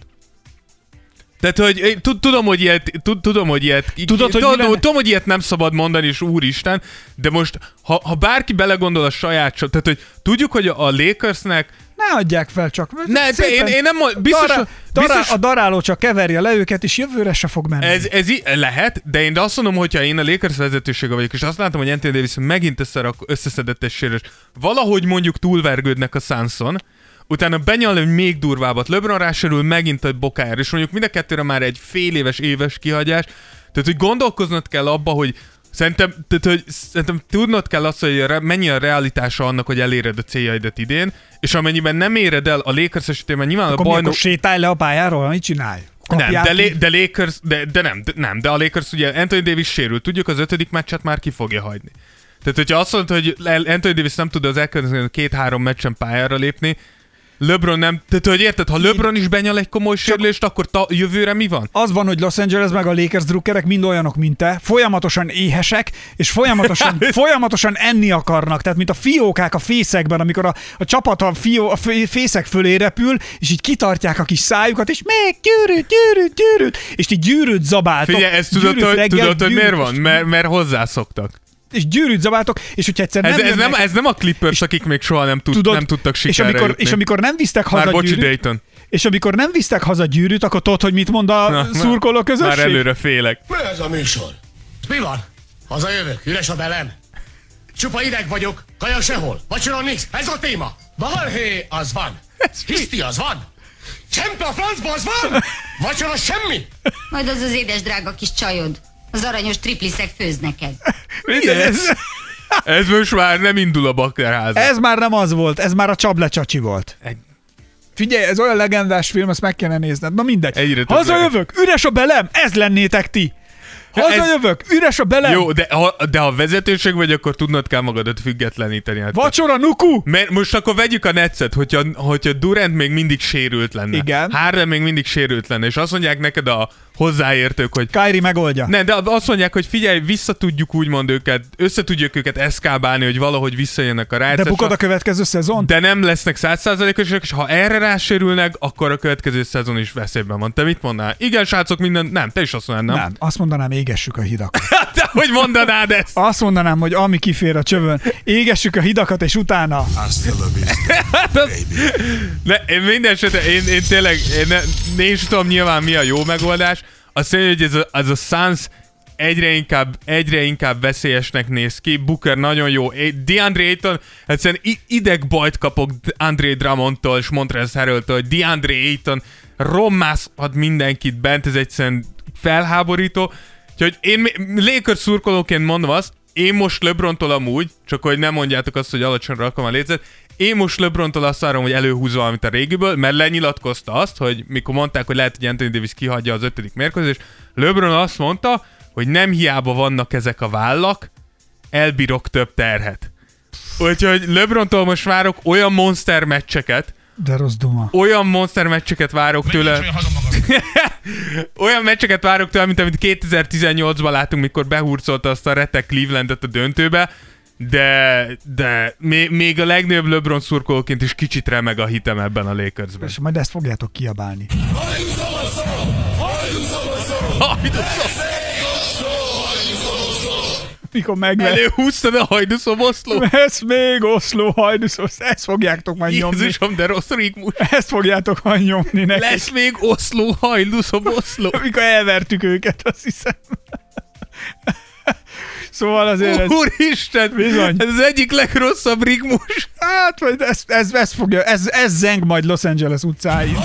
Tehát, hogy tudom, hogy ilyet, tudom, hogy ilyet, Tudod, hogy tudom, tudom, hogy ilyet nem szabad mondani, és úristen, de most, ha, ha bárki belegondol a saját, tehát, hogy tudjuk, hogy a Lakersnek ne adják fel csak. Ne, én, én nem mond, biztos, dará, biztos, dará, a daráló csak keverje le őket, és jövőre se fog menni. Ez, ez lehet, de én azt mondom, hogyha én a Lakers vezetősége vagyok, és azt látom, hogy Anthony Davis megint összeszedett egy sérülés, valahogy mondjuk túlvergődnek a Sunson, utána benyal egy még durvábbat, LeBron rásérül megint egy bokájára, és mondjuk mind a kettőre már egy fél éves, éves kihagyás. Tehát, hogy gondolkoznod kell abba, hogy szerintem, tehát, hogy szerintem tudnod kell azt, hogy mennyi a realitása annak, hogy eléred a céljaidat idén, és amennyiben nem éred el a Lakers esetében nyilván akkor a bajnok... Akkor sétálj le a pályáról, mit csinálj? kapják. Nem, de, de Lakers, de, de nem, de, nem, de a Lakers ugye Anthony Davis sérült, tudjuk, az ötödik meccset már ki fogja hagyni. Tehát, hogyha azt mondta, hogy Anthony Davis nem tud az elkövetkező két-három meccsen pályára lépni, LeBron nem, tehát hogy érted, ha LeBron is benyal egy komoly sérülést, akkor ta, jövőre mi van? Az van, hogy Los Angeles meg a Lakers drukkerek mind olyanok, mint te, folyamatosan éhesek, és folyamatosan, folyamatosan enni akarnak, tehát mint a fiókák a fészekben, amikor a, a csapat a, fió, a fészek fölé repül, és így kitartják a kis szájukat, és még gyűrűt, gyűrűt, gyűrűt, és így gyűrűt zabáltok. Figyelj, ezt tudod, hogy, reggel, tudod, hogy miért van? Mert, mert hozzászoktak. És gyűrűt zabáltok, és hogyha egyszer nem ez, ez, jönnek, nem, ez nem a Clippers, akik még soha nem, tud, tudod, nem tudtak sikerre és amikor, jutni. és amikor nem visztek haza Már bocsi, gyűrűt, Dayton. és amikor nem visztek haza gyűrűt, akkor tudod, hogy mit mond a Na, szurkoló közösség? Már előre félek. Mi ez a műsor? Mi van? Hazajövök, üres a belem. Csupa ideg vagyok, kaja sehol, vacsora nincs, ez a téma. Balhé, az van. Hiszti, az van. Csempe a francba, az van. Vacsora semmi. Majd az az édes drága kis csajod. Az aranyos tripliszek főz neked. Mi ez? Ez most már nem indul a bakterháza. Ez már nem az volt, ez már a Csable-csacsi volt. Egy... Figyelj, ez olyan legendás film, ezt meg kellene nézned. Na mindegy. Hazajövök, üres a belem, ez lennétek ti. Hazajövök, ez... üres a belem. Jó, de ha, de ha vezetőség vagy, akkor tudnod kell magadat függetleníteni. Hát vacsora, nuku! Mert most akkor vegyük a Netset, hogyha, hogyha Durant még mindig sérült lenne. Igen. Harden még mindig sérült lenne, és azt mondják neked a hozzáértők, hogy... Kyrie megoldja. Nem, de azt mondják, hogy figyelj, vissza tudjuk úgymond őket, össze tudjuk őket eszkábálni, hogy valahogy visszajönnek a rájátszásra. De bukod a következő szezon? De nem lesznek száz százalékosak, és ha erre rásérülnek, akkor a következő szezon is veszélyben van. Te mit mondnál? Igen, srácok, minden... Nem, te is azt mondanád, nem? Nem, azt mondanám, égessük a hidakat. Te hogy mondanád ezt? Azt mondanám, hogy ami kifér a csövön, égessük a hidakat, és utána... Ne, én minden esetre, én, én tényleg, én, ne, én is tudom nyilván mi a jó megoldás. Azt mondja, hogy ez a, az a Suns egyre inkább, egyre inkább veszélyesnek néz ki. Booker nagyon jó. DeAndre Ayton, egyszerűen idegbajt kapok Andre Drummondtól és Montrezl Harrelltől, hogy DeAndre Ayton rommázhat mindenkit bent, ez egyszerűen felháborító. Úgyhogy én Lakers szurkolóként mondom azt, én most LeBrontól amúgy, csak hogy nem mondjátok azt, hogy alacsonyra rakom a lécet, én most LeBrontól azt várom, hogy előhúz valamit a régiből, mert lenyilatkozta azt, hogy mikor mondták, hogy lehet, hogy Anthony Davis kihagyja az ötödik mérkőzést, LeBron azt mondta, hogy nem hiába vannak ezek a vállak, elbírok több terhet. Úgyhogy LeBrontól most várok olyan monster meccseket, de rossz duma. Olyan monster meccseket várok tőle. Olyan meccseket várok tőle, mint amit kétezer-tizennyolcban látunk, mikor behurcolta azt a retek Clevelandet a döntőbe, de, de még, még a legnagyobb LeBron szurkolóként is kicsit remeg a hitem ebben a Lakersben. És majd ezt fogjátok kiabálni. Mikor megver... Előhúztad a hajdúszoboszló? Ez még Oszló, hajdúszoboszló, ezt fogjátok majd nyomni. Jézusom, de rossz rigmus. Ezt fogjátok majd nyomni nekik. Lesz még Oszló, hajdúszoboszló. Mikor elvertük őket, azt hiszem. Szóval azért ez... Úristen, bizony. Ez az egyik legrosszabb rigmus. Hát, vagy ez, ez, ez, fogja, ez, ez zeng majd Los Angeles utcáin.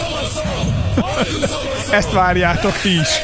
Ezt várjátok ti is.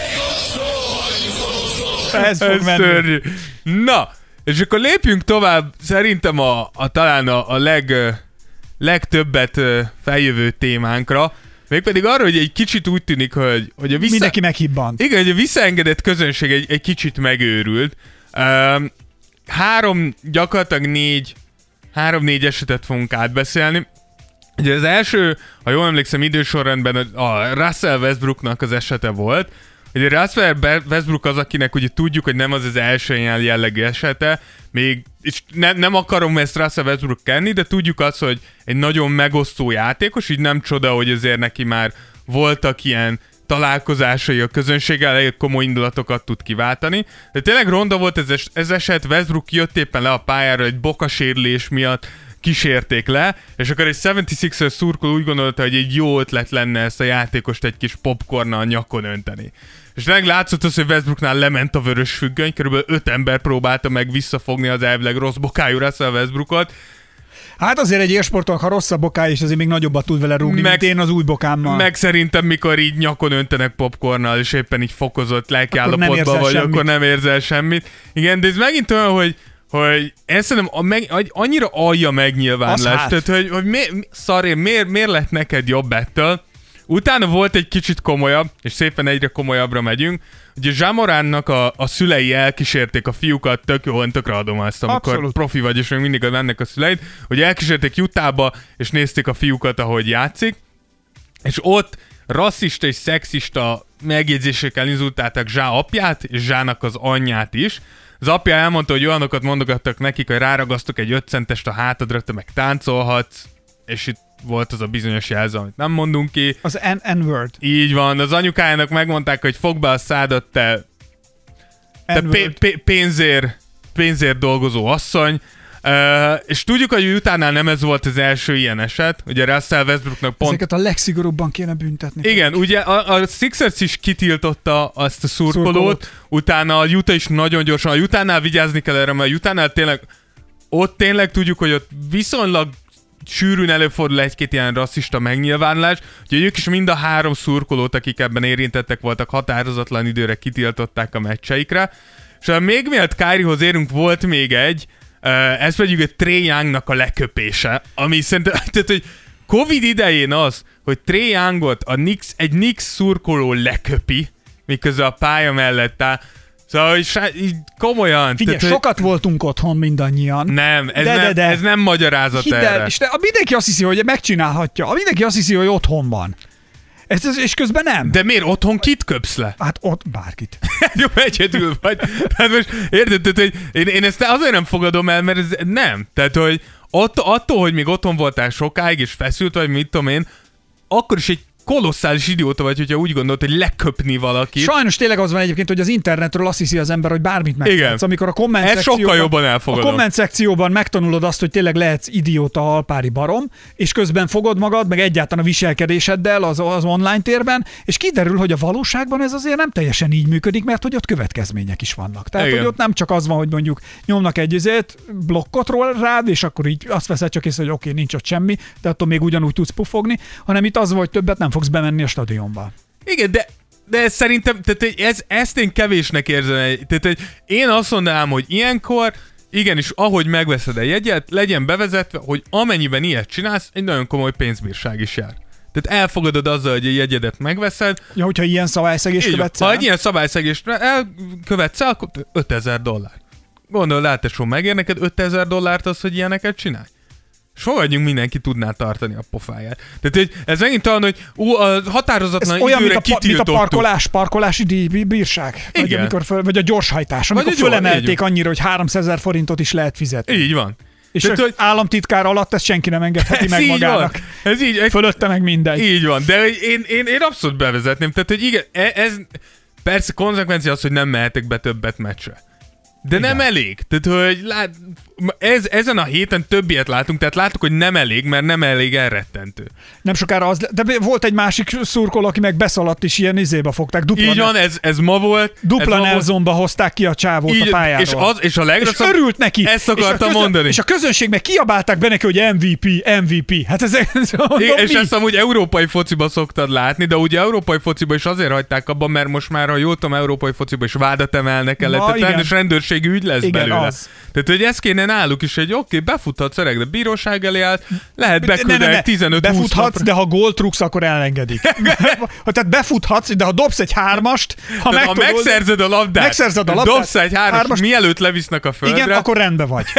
Ez fog ez menni. Szörnyű. Na, és akkor lépjünk tovább, szerintem a, a talán a, a leg, legtöbbet feljövő témánkra, mégpedig arra, hogy egy kicsit úgy tűnik, hogy, hogy a vissza... mindenki meghibbant. Igen, hogy a visszaengedett közönség egy, egy kicsit megőrült. Um, három, gyakorlatilag négy, három-négy esetet fogunk átbeszélni. Ugye az első, ha jól emlékszem, idősorrendben a Russell Westbrooknak az esete volt. Ugye Russell Westbrook az, akinek ugye tudjuk, hogy nem az az első ilyen jellegű esete, még, és ne, nem akarom ezt Russell Westbrook kenni, de tudjuk azt, hogy egy nagyon megosztó játékos, így nem csoda, hogy azért neki már voltak ilyen találkozásai a közönséggel, elég komoly indulatokat tud kiváltani. De tényleg ronda volt ez, ez eset, Westbrook jött éppen le a pályára egy bokasérülés miatt, kísérték le, és akkor egy hetvenhatos szurkoló úgy gondolta, hogy egy jó ötlet lenne ezt a játékost egy kis popcornnal nyakon önteni. És tényleg látszott az, hogy Westbrooknál lement a vörös függöny, körülbelül öt ember próbálta meg visszafogni az elvileg rossz bokájú Russell Westbrookot. Hát azért egy élsportolnak, ha rossz a bokája, és azért még nagyobbat tud vele rúgni, meg, mint én az új bokámmal. Meg szerintem, mikor így nyakon öntenek popcornnal, és éppen így fokozott lelkiállapotban vagy, semmit. Akkor nem érzel semmit. Igen, de ez megint olyan, hogy hogy ezt szerintem a meg, annyira alja megnyilvánulás, hát. Tehát, hogy, hogy mi, szaré, miért, miért lett neked jobb ettől, Utána volt egy kicsit komolyabb, és szépen egyre komolyabbra megyünk. Ugye Ja Morantnak a, a szülei elkísérték a fiúkat, tök jó, én tökre adom ezt, amikor Abszolút. profi vagy, és még mindig mennek a szüleid, hogy elkísérték Utahba, és nézték a fiúkat, ahogy játszik, és ott rasszista és szexista megjegyzésekkel inzultálták Ja apját, és Jának az anyját is. Az apja elmondta, hogy olyanokat mondogattak nekik, hogy ráragasztok egy öt centest a hátadra, te meg táncolhatsz, és itt volt az a bizonyos jelző, amit nem mondunk ki. Az N-word. Így van, az anyukájának megmondták, hogy fogd be a szádat, te, te p- p- pénzért, pénzért dolgozó asszony. Uh, és tudjuk, hogy utánál nem ez volt az első ilyen eset. Ugye Russell Westbrooknak pont... Ezeket a legszigorúbban kéne büntetni. Igen, ugye a, a Sixers is kitiltotta azt a szurkolót, szurkolót, utána a Utah is nagyon gyorsan, a Utah-nál vigyázni kell erre, mert a Utah-nál tényleg, ott tényleg tudjuk, hogy ott viszonylag sűrűn előfordul egy-két ilyen rasszista megnyilvánulás, úgyhogy ők is mind a három szurkolót, akik ebben érintettek voltak, határozatlan időre kitiltották a meccseikre. És még mielőtt Kyriehoz érünk, volt még egy, ez pedig a Trae Youngnak a leköpése, ami szerintem, tehát, hogy Covid idején az, hogy Trae Youngot a Knicks, egy Knicks szurkoló leköpi, miközben a pálya mellett áll. Szóval, hogy így komolyan. Figyelj, tehát, sokat hogy... voltunk otthon mindannyian. Nem, ez, de, nem, de, de. ez nem magyarázat Hidd el, erre. És de, mindenki azt hiszi, hogy megcsinálhatja. Mindenki azt hiszi, hogy otthon van. Ez, ez, és közben nem. De miért otthon kit köpsz le? Hát ott bárkit. Jó, egyedül vagy. Tehát most érted, hogy én, én ezt azért nem fogadom el, mert ez nem. Tehát, hogy att, attól, hogy még otthon voltál sokáig, és feszült vagy, mit tudom én, akkor is egy kolosszális idióta vagy, hogyha úgy gondolod, hogy leköpni valakit. Sajnos tényleg az van egyébként, hogy az internetről azt hiszi az ember, hogy bármit megtehetsz. Amikor a komment Ez szekcióban, sokkal jobban elfogadom. A komment szekcióban megtanulod azt, hogy tényleg lehetsz idióta, halpári barom, és közben fogod magad, meg egyáltalán a viselkedéseddel az, az online térben, és kiderül, hogy a valóságban ez azért nem teljesen így működik, mert hogy ott következmények is vannak. Tehát, igen. Hogy ott nem csak az van, hogy mondjuk nyomnak egy izét, blokkot rád, és akkor így azt veszed csak észre, hogy oké, okay, nincs ott semmi, de attól még ugyanúgy tudsz pufogni, hanem itt az, hogy többet nem fogsz bemenni a stadionba. Igen, de, de szerintem tehát ez, ezt én kevésnek érzem. Tehát, hogy én azt mondanám, hogy ilyenkor igenis, ahogy megveszed a jegyet, legyen bevezetve, hogy amennyiben ilyet csinálsz, egy nagyon komoly pénzbírság is jár. Tehát elfogadod azzal, hogy a jegyedet megveszed. Ja, hogyha ilyen szabályszegést követsz el? Ha egy ilyen szabályszegést elkövetsz el, akkor ötezer dollár. Gondolod, látásról megér neked ötezer dollárt az, hogy ilyeneket csinálj? És fogadjunk, mindenki tudná tartani a pofáját. Tehát hogy ez megint talán, hogy ú, a határozatlan időre olyan, mint a, kitiltottuk. mint a parkolás, parkolási díjbírság. Vagy, amikor föl, vagy a gyorshajtás, amikor vagy fölemelték annyira, hogy háromszázezer forintot is lehet fizetni. Így van. És tehát, hogy államtitkár alatt ezt senki nem engedheti meg magának. Van. Ez így. Fölötte meg mindegy. Így van, de én, én, én abszolút bevezetném. Tehát, hogy igen, ez persze konzekvencia az, hogy nem mehetek be többet meccsre. De igen. Nem elég. Tehát, hogy lát, ez, ezen a héten több ilyet látunk, tehát láttuk, hogy nem elég, mert nem elég elrettentő. Nem sokára az, de volt egy másik szurkoló, aki meg beszaladt, és ilyen izébe fogták. Dupla így van, ez, ez ma volt. Dupla Nelsonba hozták ki a csávót így, a pályáról. És, az, és a legrosszabb... És örült neki. Ezt akartam és mondani. És a közönség meg kiabálták be neki, hogy em vé pé, em vé pé. Hát ez... ez igen, és ezt amúgy európai fociba szoktad látni, de ugye európai fociba is azért hagyták abban, mert most már, ha jól tudom, európai fociba is vádat emelnek el, tehát rendes rendőrségi ügy lesz igen, belőle. Az. Tehát, hogy ez kéne náluk is, hogy oké, okay, befuthatsz öreg, de bíróság elé állt, lehet beküldeni tizenöt-húsz befuthatsz, napra. de ha gólt rúgsz, akkor elengedik. Tehát befuthatsz, de ha dobsz egy hármast, ha, ha megszerzed a labdát, megszerzed a labdát, dobsz egy hármast, hármast, mielőtt levisznek a földre. Igen, akkor rendben vagy.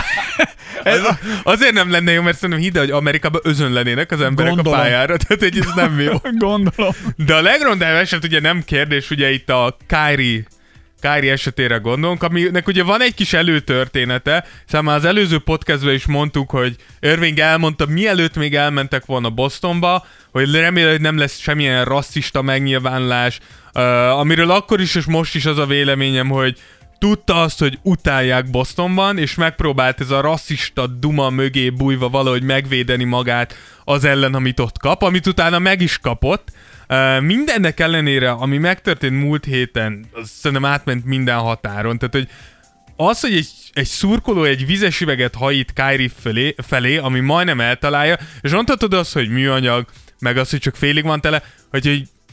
az, azért nem lenne jó, mert szerintem hidd, hogy Amerikában özönlenének az emberek Gondolom. a pályára, tehát egy ez nem jó. Gondolom. De a legrondább eset ugye nem kérdés, ugye itt a Kyrie Kyrie esetére gondolunk, aminek ugye van egy kis előtörténete, szóval már az előző podcastban is mondtuk, hogy Irving elmondta, mielőtt még elmentek volna Bostonba, hogy remélem, hogy nem lesz semmilyen rasszista megnyilvánulás, uh, amiről akkor is és most is az a véleményem, hogy tudta azt, hogy utálják Bostonban, és megpróbált ez a rasszista duma mögé bújva valahogy megvédeni magát az ellen, amit ott kap, amit utána meg is kapott. Uh, mindennek ellenére, ami megtörtént múlt héten, az szerintem átment minden határon. Tehát, hogy az, hogy egy, egy szurkoló egy vizes üveget hajít Kyrie felé, felé, ami majdnem eltalálja, és mondhatod azt, hogy műanyag, meg az, hogy csak félig van tele, hogy, hogy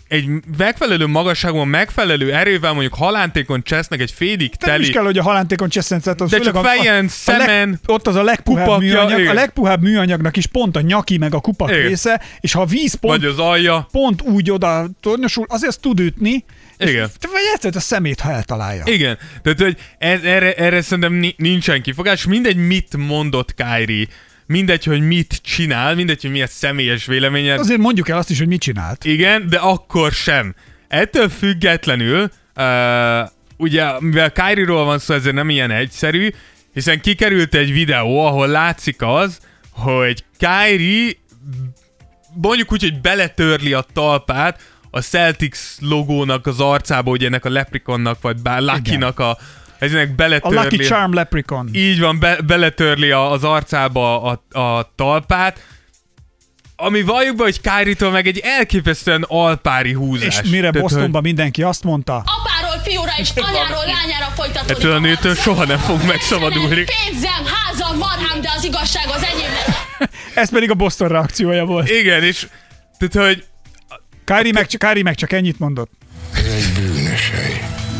egy megfelelő magasságban, megfelelő erővel mondjuk halántékon csesznek egy félig teli... Nem is kell, hogy a halántékon csesznek, az de csak fejjen, szemen, leg, ott az a legpuhább kupakja, műanyag, igen. a legpuhább műanyagnak is pont a nyaki meg a kupak igen. része, és ha a víz pont, vagy az alja. pont úgy oda tornyosul, azért azt tud ütni, igen. És, vagy egyszerűen a szemét, ha eltalálja. Igen, tehát hogy ez, erre, erre szerintem nincsen kifogás, mindegy mit mondott Kyrie, mindegy, hogy mit csinál, mindegy, hogy milyen személyes véleményed. Azért mondjuk el azt is, hogy mit csinált. Igen, de akkor sem. Ettől függetlenül, uh, ugye, mivel Kyrie-ról van szó, ezért nem ilyen egyszerű, hiszen kikerült egy videó, ahol látszik az, hogy Kyrie mondjuk úgy, hogy beletörli a talpát a Celtics logónak az arcába, ugye ennek a Leprechaunnak, vagy bár Lucky-nak a eznek beletörli. A Lucky Charm Leprechaun. Így van, be, beletörli a, az arcába a, a talpát, ami valljuk be, hogy Kyrie-tól meg egy elképesztően alpári húzás. És mire Tehát, Bostonban hogy... mindenki azt mondta... Apáról fiúra és anyáról lányára folytatódik. Ettől a nőtől soha nem fog megszabadulni. Pénzem, házam, marhám, de az igazság az enyémnek. Ez pedig a Boston reakciója volt. Igen, és tehát, hogy... Kyrie meg, Kyrie meg csak ennyit mondott. Ez egy bűnös hely.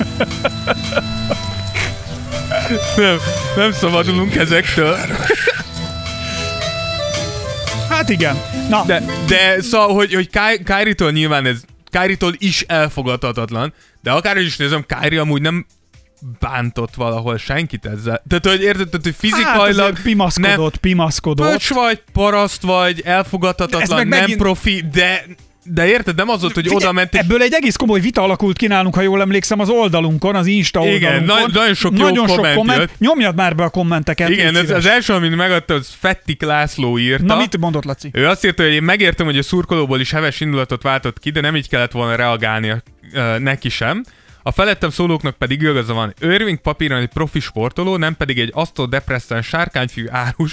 nem, nem szabadulunk ezektől. Hát igen. Na. De, de szóval, hogy, hogy Kyrie-től nyilván ez Kyrie-tól is elfogadhatatlan, de akár is nézem, Kyrie amúgy nem bántott valahol senkit ezzel. Tehát, hogy érted, tehát, hogy fizikailag... Hát pimaszkodott, nem, pimaszkodott. Pöcs vagy, paraszt vagy, elfogadhatatlan, nem megint... profi, de... De érted, nem az volt, hogy oda ment. Ebből egy egész komoly vita alakult ki nálunk, ha jól emlékszem, az oldalunkon, az Insta oldalunkon. Igen, na- nagyon sok jó nagyon komment, sok komment jött. Nyomjad már be a kommenteket. Igen, ez, az első, amit megadta, az Fettik László írta. Na, mit mondott, Laci? Ő azt írta, hogy én megértem, hogy a szurkolóból is heves indulatot váltott ki, de nem így kellett volna reagálnia uh, neki sem. A felettem szólóknak pedig igaza van. Irving papíron egy profi sportoló, nem pedig egy asztól depresszán sárkányfű árus,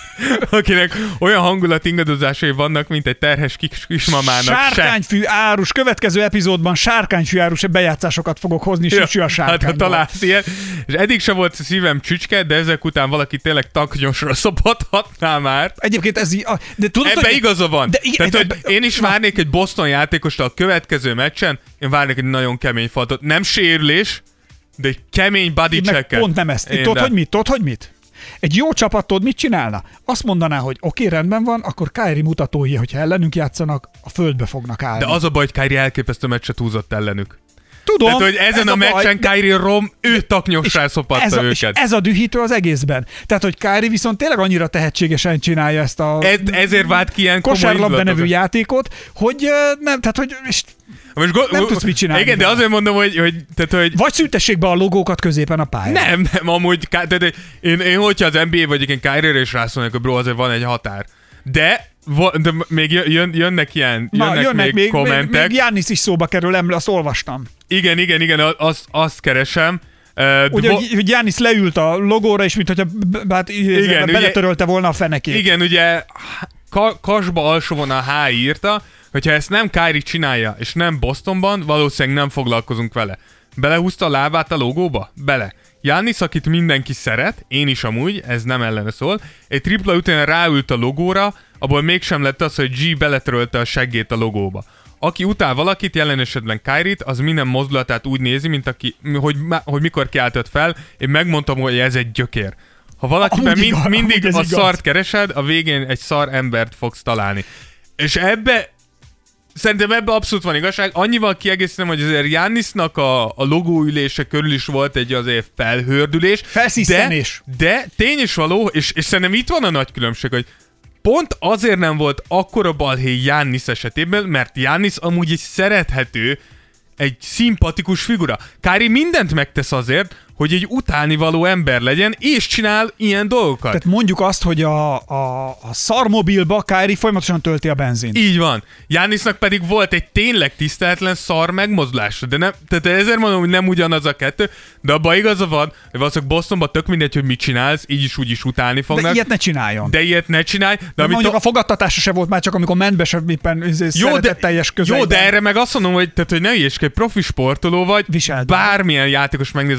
akinek olyan hangulat ingadozásai vannak, mint egy terhes kis, kismamának. Sárkányfű árus. Következő epizódban sárkányfű árus bejátszásokat fogok hozni, ja, süsü a sárkányban. Hát ha találsz ilyen. És eddig sem volt a szívem csücske, de ezek után valaki tényleg taknyosra szopathatná már. Egyébként ez... De tudod, ebbe hogy... igaza van. De, Tehát, ebbe, hogy én is várnék egy Boston játékostól a következő meccsen, én várnék egy nagyon kemény faltot. Nem sérülés, de egy kemény body check-et. Pont nem ezt. Tudod, hogy mit? Tudod, hogy mit? Egy jó csapattól mit csinálna? Azt mondaná, hogy oké, okay, rendben van, akkor Kyrie mutatói, hogyha ellenünk játszanak, a földbe fognak állni. De az a baj, hogy Kyrie elképesztő meccset húzott ellenük. Tudom. Tehát, hogy ezen ez a, a meccsen baj, Kyrie Rom, ő taknyosra szopatta őket. Ez a dühítő az egészben. Tehát, hogy Kyrie viszont tényleg annyira tehetségesen csinálja ezt a... Ez, ezért vált ki ilyen kosárlabda nevű játékot, hogy nem, tehát, hogy... Most go- nem tudsz mit csinálni. Igen, de azért mondom, hogy... hogy, tehát, hogy... Vagy szültessék be a logókat középen a pályán. Nem, nem, amúgy... Tehát, én, én, hogyha az en bé á vagyok, én Kyrie-re is rászólnak, hogy bro, azért van egy határ. De, de még jön, jönnek ilyen, Na, jönnek, jönnek még, még kommentek. Még, még Giannis is szóba kerül, eml, azt olvastam. Igen, igen, igen, azt, azt keresem. Uh, ugye, dvo- hogy Giannis leült a logóra, és mintha hát, igen, beletörölte ugye, volna a fenekét. Igen, ugye ka- kasba alsóvon a H írta, hogyha ezt nem Kyrie csinálja, és nem Bostonban, valószínűleg nem foglalkozunk vele. Belehúzta a lábát a logóba? Bele. Giannis, akit mindenki szeret, én is amúgy, ez nem ellene szól, egy tripla után ráült a logóra, abból mégsem lett az, hogy G beletörölte a seggét a logóba. Aki utál valakit, jelen esetben Kyrie-t, az minden mozdulatát úgy nézi, mint aki, hogy, hogy mikor kiáltott fel, én megmondtam, hogy ez egy gyökér. Ha valakiben mind, mindig a igaz. Szart keresed, a végén egy szar embert fogsz találni. És ebbe, szerintem ebbe abszolút van igazság. Annyival kiegészítem, hogy azért Giannisnak a, a logóülése körül is volt egy azért felhördülés. Felsziszenés. De, de tény is való, és, és szerintem itt van a nagy különbség, hogy pont azért nem volt akkora balhé Giannis esetében, mert Giannis amúgy egy szerethető, egy szimpatikus figura. Kyrie mindent megtesz azért, hogy egy utálnivaló ember legyen, és csinál ilyen dolgokat. Tehát mondjuk azt, hogy a, a, a szarmobilba Kyrie folyamatosan tölti a benzint. Így van. Giannisnak pedig volt egy tényleg tiszteletlen szar megmozdulása. De nem, tehát ezért mondom, hogy nem ugyanaz a kettő, de abban igaza van, hogy valószínűleg Bostonban tök mindegy, hogy mit csinálsz, így is úgy is utálni fognak. De ilyet ne csináljon. De ilyet ne csinálj. De, de mondjuk a... a fogadtatása se volt már, csak amikor ment be sem éppen szeretetteljes közelben. Jó, de erre meg azt mondom, hogy, tehát, hogy ne ilyeskedj, profi sportoló vagy, Viselden. Bármilyen játékos megnéz, aki ott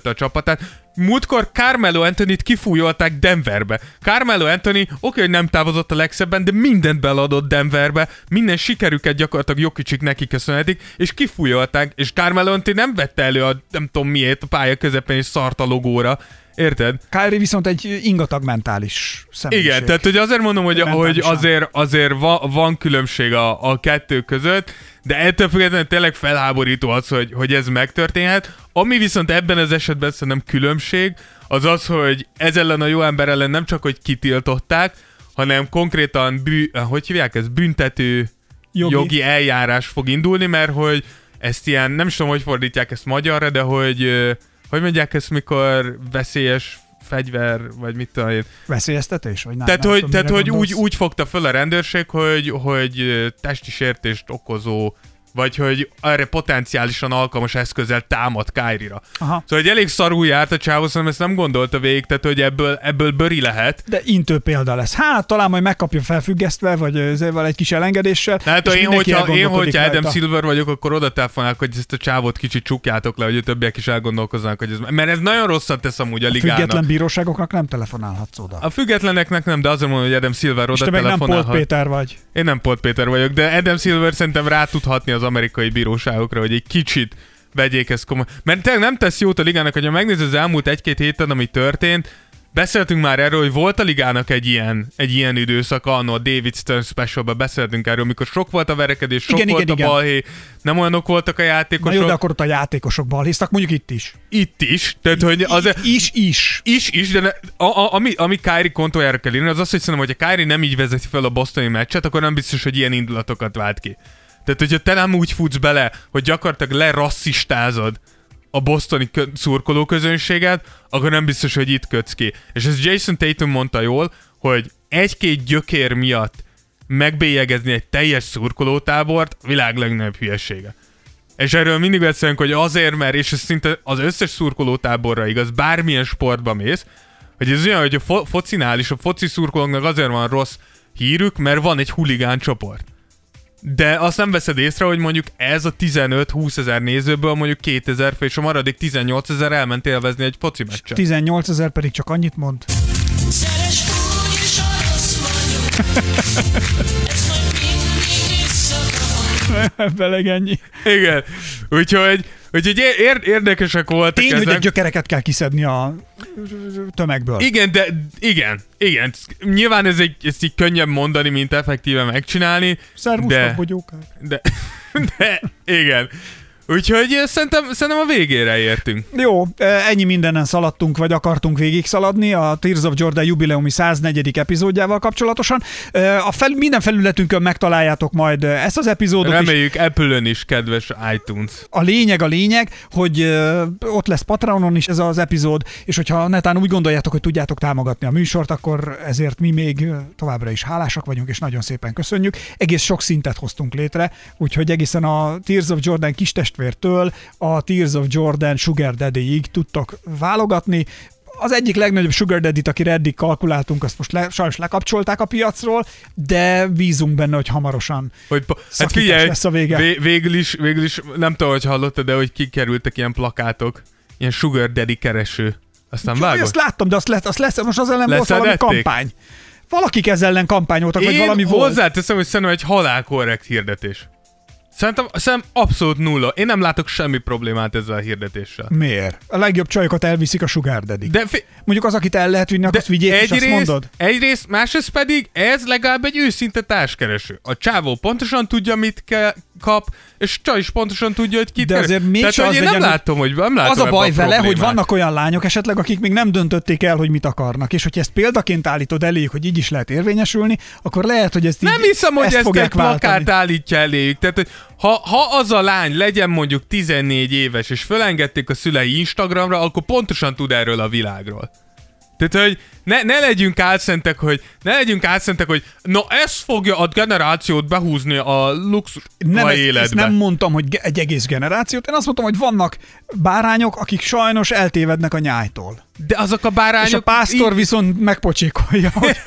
összeszedte a csapatát. Múltkor Carmelo Anthony-t kifújolták Denverbe. Carmelo Anthony oké, okay, hogy nem távozott a legszebben, de mindent beladott Denverbe, minden sikerüket gyakorlatilag Jokicsik neki köszönhetik, és kifújolták, és Carmelo Anthony nem vette elő a nem tudom miért a pálya közepén és szart a logóra. Érted? Kyrie viszont egy ingatag mentális személyiség. Igen, tehát hogy azért mondom, hogy, hogy azért, azért van, van különbség a, a kettő között, de ettől függetlenül tényleg felháborító az, hogy, hogy ez megtörténhet. Ami viszont ebben az esetben szerintem különbség, az az, hogy ez ellen a jó ember ellen nem csak, hogy kitiltották, hanem konkrétan, bű, hogy hívják ez, büntető jogi. jogi eljárás fog indulni, mert hogy ezt ilyen, nem is tudom, hogy fordítják ezt magyarra, de hogy hogy mondják ezt, mikor veszélyes fegyver, vagy mit tudom én. Veszélyeztetés? Vagy nem, tehát, nem hogy, tudom, tehát, hogy úgy, úgy fogta föl a rendőrség, hogy, hogy testi sértést okozó, vagy hogy erre potenciálisan alkalmas eszközzel támad Kyrie-ra. Aha. Szóval, hogy elég szarul járt a csávó, szerintem ezt nem gondolta végig, tehát, hogy ebből, ebből böri lehet. De intő példa lesz. Hát, talán majd megkapja felfüggesztve, vagy ezzel egy kis elengedéssel. Hát, én, hogyha, én, hogyha Adam Silver vagyok, akkor oda telefonálok, hogy ezt a csávót kicsit csukjátok le, hogy a többiek is elgondolkoznak, hogy ez... Mert ez nagyon rosszat tesz amúgy a, a ligának. A független bíróságoknak nem telefonálhatsz oda. A függetleneknek nem, de azért mondom, hogy Adam Silver oda telefonálhat. És te meg nem Paul Péter vagy. Én nem Paul Péter vagyok, de Adam Silver szerintem rá tudhatni az amerikai bíróságokra, hogy egy kicsit vegyék ezt komoly. Mert tényleg nem tesz jót a ligának, hogyha megnézed az elmúlt egy-két héten, ami történt, beszéltünk már erről, hogy volt a ligának egy ilyen, egy ilyen időszaka, anno a David Stern Specialban beszéltünk erről, mikor sok volt a verekedés, sok igen, volt igen, a balhé, igen. Nem olyanok voltak a játékosok. Na jó, de akkor ott a játékosok balhéztak, mondjuk itt is. Itt is. Tehát, hogy azért, is, is. Is, is, de ne, a, a, ami, ami Kyrie kontójára kell írni, az az, hogy szerintem, hogy a Kyrie nem így vezeti fel a bostoni meccset, akkor nem biztos, hogy ilyen indulatokat vált ki. Tehát, hogyha te nem úgy futsz bele, hogy gyakorlatilag lerasszistázod a bostoni kö- szurkolóközönséget, akkor nem biztos, hogy itt kötsz ki. És ez Jason Tatum mondta jól, hogy egy-két gyökér miatt megbélyegezni egy teljes szurkolótábort a világ legnagyobb hülyesége. És erről mindig beszélünk, hogy azért, mert, és ez szinte az összes szurkolótáborra igaz, bármilyen sportba mész, hogy ez olyan, hogy a fo- focinál és a foci szurkolóknak azért van rossz hírük, mert van egy huligán csoport. De azt nem veszed észre, hogy mondjuk ez a tizenöt-húsz ezer nézőből mondjuk kétezer fő, és a maradék tizennyolc ezer elment élvezni egy foci meccset. tizennyolc ezer pedig csak annyit mond. Szeres úgy is rossz vagyok. Ez majd mindig visszakapom. Beleg ennyi. Igen. Úgyhogy, úgyhogy ér- érdekesek voltak Tény, ezek. hogy a gyökereket kell kiszedni a tömegből. Igen, de igen, igen. Nyilván ez egy, ezt így könnyebb mondani, mint effektíve megcsinálni. Szervusztok, bogyókák. De, de, igen. Úgyhogy szerintem, szerintem a végére értünk. Jó, ennyi mindenen szaladtunk, vagy akartunk végig szaladni a Tears of Jordan jubileumi száznegyedik epizódjával kapcsolatosan. A fel, minden felületünkön megtaláljátok majd ezt az epizódot. Reméljük Apple-ön is, kedves iTunes. A lényeg a lényeg, hogy ott lesz Patreonon is ez az epizód, és hogyha netán úgy gondoljátok, hogy tudjátok támogatni a műsort, akkor ezért mi még továbbra is hálásak vagyunk, és nagyon szépen köszönjük. Egész sok szintet hoztunk létre, úgyhogy egészen a Tears of Jordan kis testvértől a Tears of Jordan Sugar Daddy-ig tudtok válogatni. Az egyik legnagyobb Sugar Daddy-t, akire eddig kalkuláltunk, azt most le, sajnos lekapcsolták a piacról, de bízunk benne, hogy hamarosan hogy, hát figyelj, lesz a vége. Vé, végül, is, végül is, nem tudom, hogy hallottad, de hogy kikerültek ilyen plakátok, ilyen Sugar Daddy kereső. Aztán vágod? Azt láttam, de azt, le, azt lesz, most az ellen volt valami kampány. Valakik ezzel ellen kampányoltak, Én vagy valami volt. Én hozzáteszem, hogy szerintem egy halálkorrekt hirdetés. Szerintem, szerintem abszolút nulla. Én nem látok semmi problémát ezzel a hirdetéssel. Miért? A legjobb csajokat elviszik a Sugar Daddy. De fi- Mondjuk az, akit el lehet vinni, azt vigyék, és azt mondod? Egyrészt, másrészt pedig ez legalább egy őszinte társkereső. A csávó pontosan tudja, mit ke- kap, és csaj is pontosan tudja, hogy kit de keres. azért még Tehát, hogy én nem látom, hogy nem látom az a baj a vele, hogy vannak olyan lányok esetleg, akik még nem döntötték el, hogy mit akarnak, és hogyha ezt példaként állítod eléjük, hogy így is lehet érvényesülni, akkor lehet, hogy ezt így nem hiszem, hogy ezt, ezt egy plakát váltani. állítja eléjük. Tehát, hogy ha, ha az a lány legyen mondjuk tizennégy éves, és fölengedték a szülei Instagramra, akkor pontosan tud erről a világról. Tehát, hogy ne, ne legyünk álszentek, hogy ne legyünk álszentek, hogy na ez fogja a generációt behúzni a luxus nem, életbe. Ezt nem mondtam, hogy egy egész generációt, én azt mondtam, hogy vannak bárányok, akik sajnos eltévednek a nyájtól. De azok a bárányok... És a pásztor így... viszont megpocsékolja, hogy a...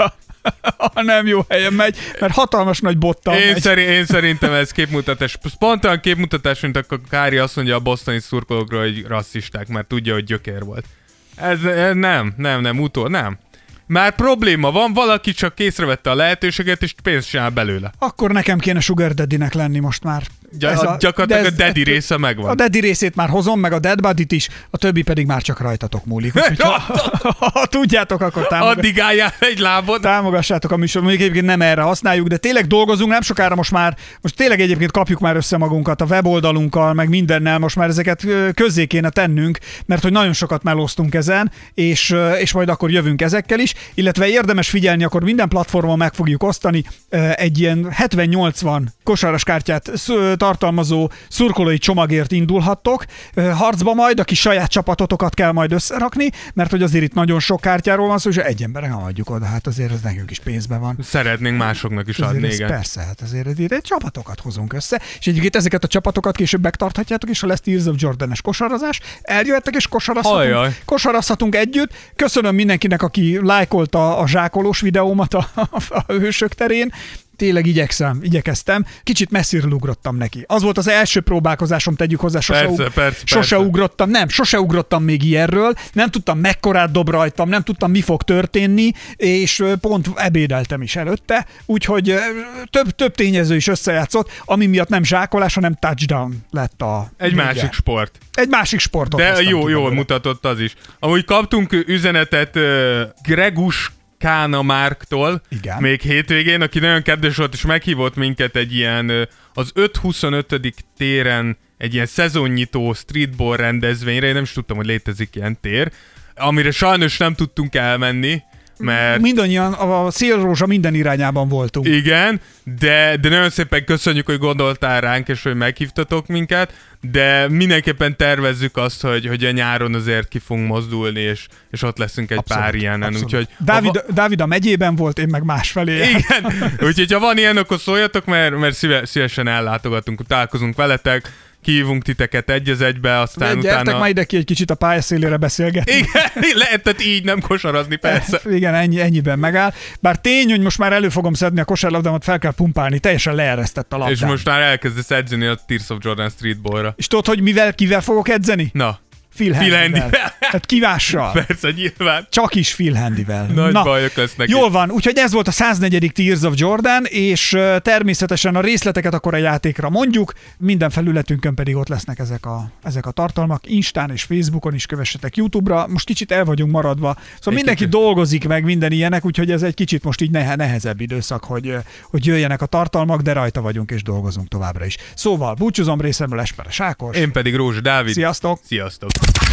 nem jó helyen megy, mert hatalmas nagy bottal én megy. Szerint, én szerintem ez képmutatás. Spontán képmutatás, mint akkor Kári azt mondja a bostoni szurkolókról, hogy rasszisták, mert tudja, hogy gyökér volt. Ez, ez nem, nem, nem, utol, nem. Már probléma van, valaki csak észrevette a lehetőséget, és pénzt csinál belőle. Akkor nekem kéne sugar daddy-nek lenni most már. Gy- a, gyakorlatilag ez, a daddy része megvan. A daddy részét már hozom, meg a dead body-t is, a többi pedig már csak rajtatok múlik. Úgyhogy, ha, ha tudjátok, akkor támogass... Addig álljál egy lábod. Támogassátok a műsor. Mondjuk egyébként nem erre használjuk, de tényleg dolgozunk, nem sokára most már, most tényleg egyébként kapjuk már össze magunkat a weboldalunkkal, meg mindennel, most már ezeket közzé kéne tennünk, mert hogy nagyon sokat melóztunk ezen, és, és majd akkor jövünk ezekkel is, illetve érdemes figyelni, akkor minden platformon meg fogjuk osztani egy ilyen hetven-nyolcvan kosaras kártyát tartalmazó szurkolói csomagért indulhattok. Harcba majd, aki saját csapatotokat kell majd összerakni, mert hogy azért itt nagyon sok kártyáról van szó, és egy emberre nem adjuk oda, hát azért ez nekünk is pénzben van. Szeretnénk másoknak is adni, igen. Persze, hát azért egy csapatokat hozunk össze, és egyébként ezeket a csapatokat később megtarthatjátok, és ha lesz Tears of Jordan-es kosarazás, eljöhettek és kosarazhatunk, kosarazhatunk együtt. Köszönöm mindenkinek, aki lájkolta a zsákolós videómat a, a, a hősök terén. Tényleg igyekszem, igyekeztem. Kicsit messziről ugrottam neki. Az volt az első próbálkozásom, tegyük hozzá, sose, persze, ug- persze, sose persze. ugrottam, nem, sose ugrottam még ilyenről, nem tudtam mekkorát dob rajtam, nem tudtam mi fog történni, és pont ebédeltem is előtte, úgyhogy több, több tényező is összejátszott, ami miatt nem zsákolás, hanem touchdown lett a... Egy vége. másik sport. Egy másik sportot. De jó, jól mutatott az is. Amúgy kaptunk üzenetet uh, Gregus Kána Márktól, igen, még hétvégén, aki nagyon kedves volt, és meghívott minket egy ilyen, az öt huszonötödik téren egy ilyen szezonnyitó streetball rendezvényre, én nem is tudtam, hogy létezik ilyen tér, amire sajnos nem tudtunk elmenni, mert... Mindannyian a szélrózsa minden irányában voltunk. Igen, de, de nagyon szépen köszönjük, hogy gondoltál ránk, és hogy meghívtatok minket, de mindenképpen tervezzük azt, hogy, hogy a nyáron azért ki fogunk mozdulni, és, és ott leszünk egy abszolút, pár ilyenen. Úgyhogy, Dávid, va- Dávid a megyében volt, én meg másfelé. Igen, úgyhogy ha van ilyen, akkor szóljatok, mert, mert szívesen ellátogatunk, találkozunk veletek, kihívunk titeket egy az egybe, aztán de gyertek utána... már ide ki egy kicsit a pályaszélére beszélgetni. Igen, lehetett így nem kosarazni, persze. Igen, ennyi, ennyiben megáll. Bár tény, hogy most már elő fogom szedni a kosárlabdámat, fel kell pumpálni, teljesen leeresztett a labdám. És most már elkezdesz edzeni a Tears of Jordan streetballra. És tudod, hogy mivel, kivel fogok edzeni? Na. Phil Handyvel. Hát kivással. Persze, nyilván. Csak is Phil Handyvel. Nagy Na, bajok lesznek. Jól van, úgyhogy ez volt a száznegyedik Tears of Jordan, és természetesen a részleteket akkor a játékra mondjuk, minden felületünkön pedig ott lesznek ezek a, ezek a tartalmak, Instán és Facebookon is kövessetek, YouTube-ra, most kicsit el vagyunk maradva, szóval egy mindenki kicsit dolgozik meg minden ilyenek, úgyhogy ez egy kicsit most így nehe, nehezebb időszak, hogy, hogy jöjjenek a tartalmak, de rajta vagyunk és dolgozunk továbbra is. Szóval búcsúzom részemről, Esperes Ákos. Én pedig Rózsa Dávid. Sziasztok! Sziasztok!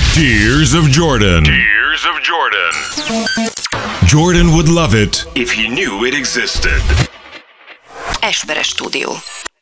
Tears of Jordan. Tears of Jordan. Jordan would love it if he knew it existed. Esperes Stúdió.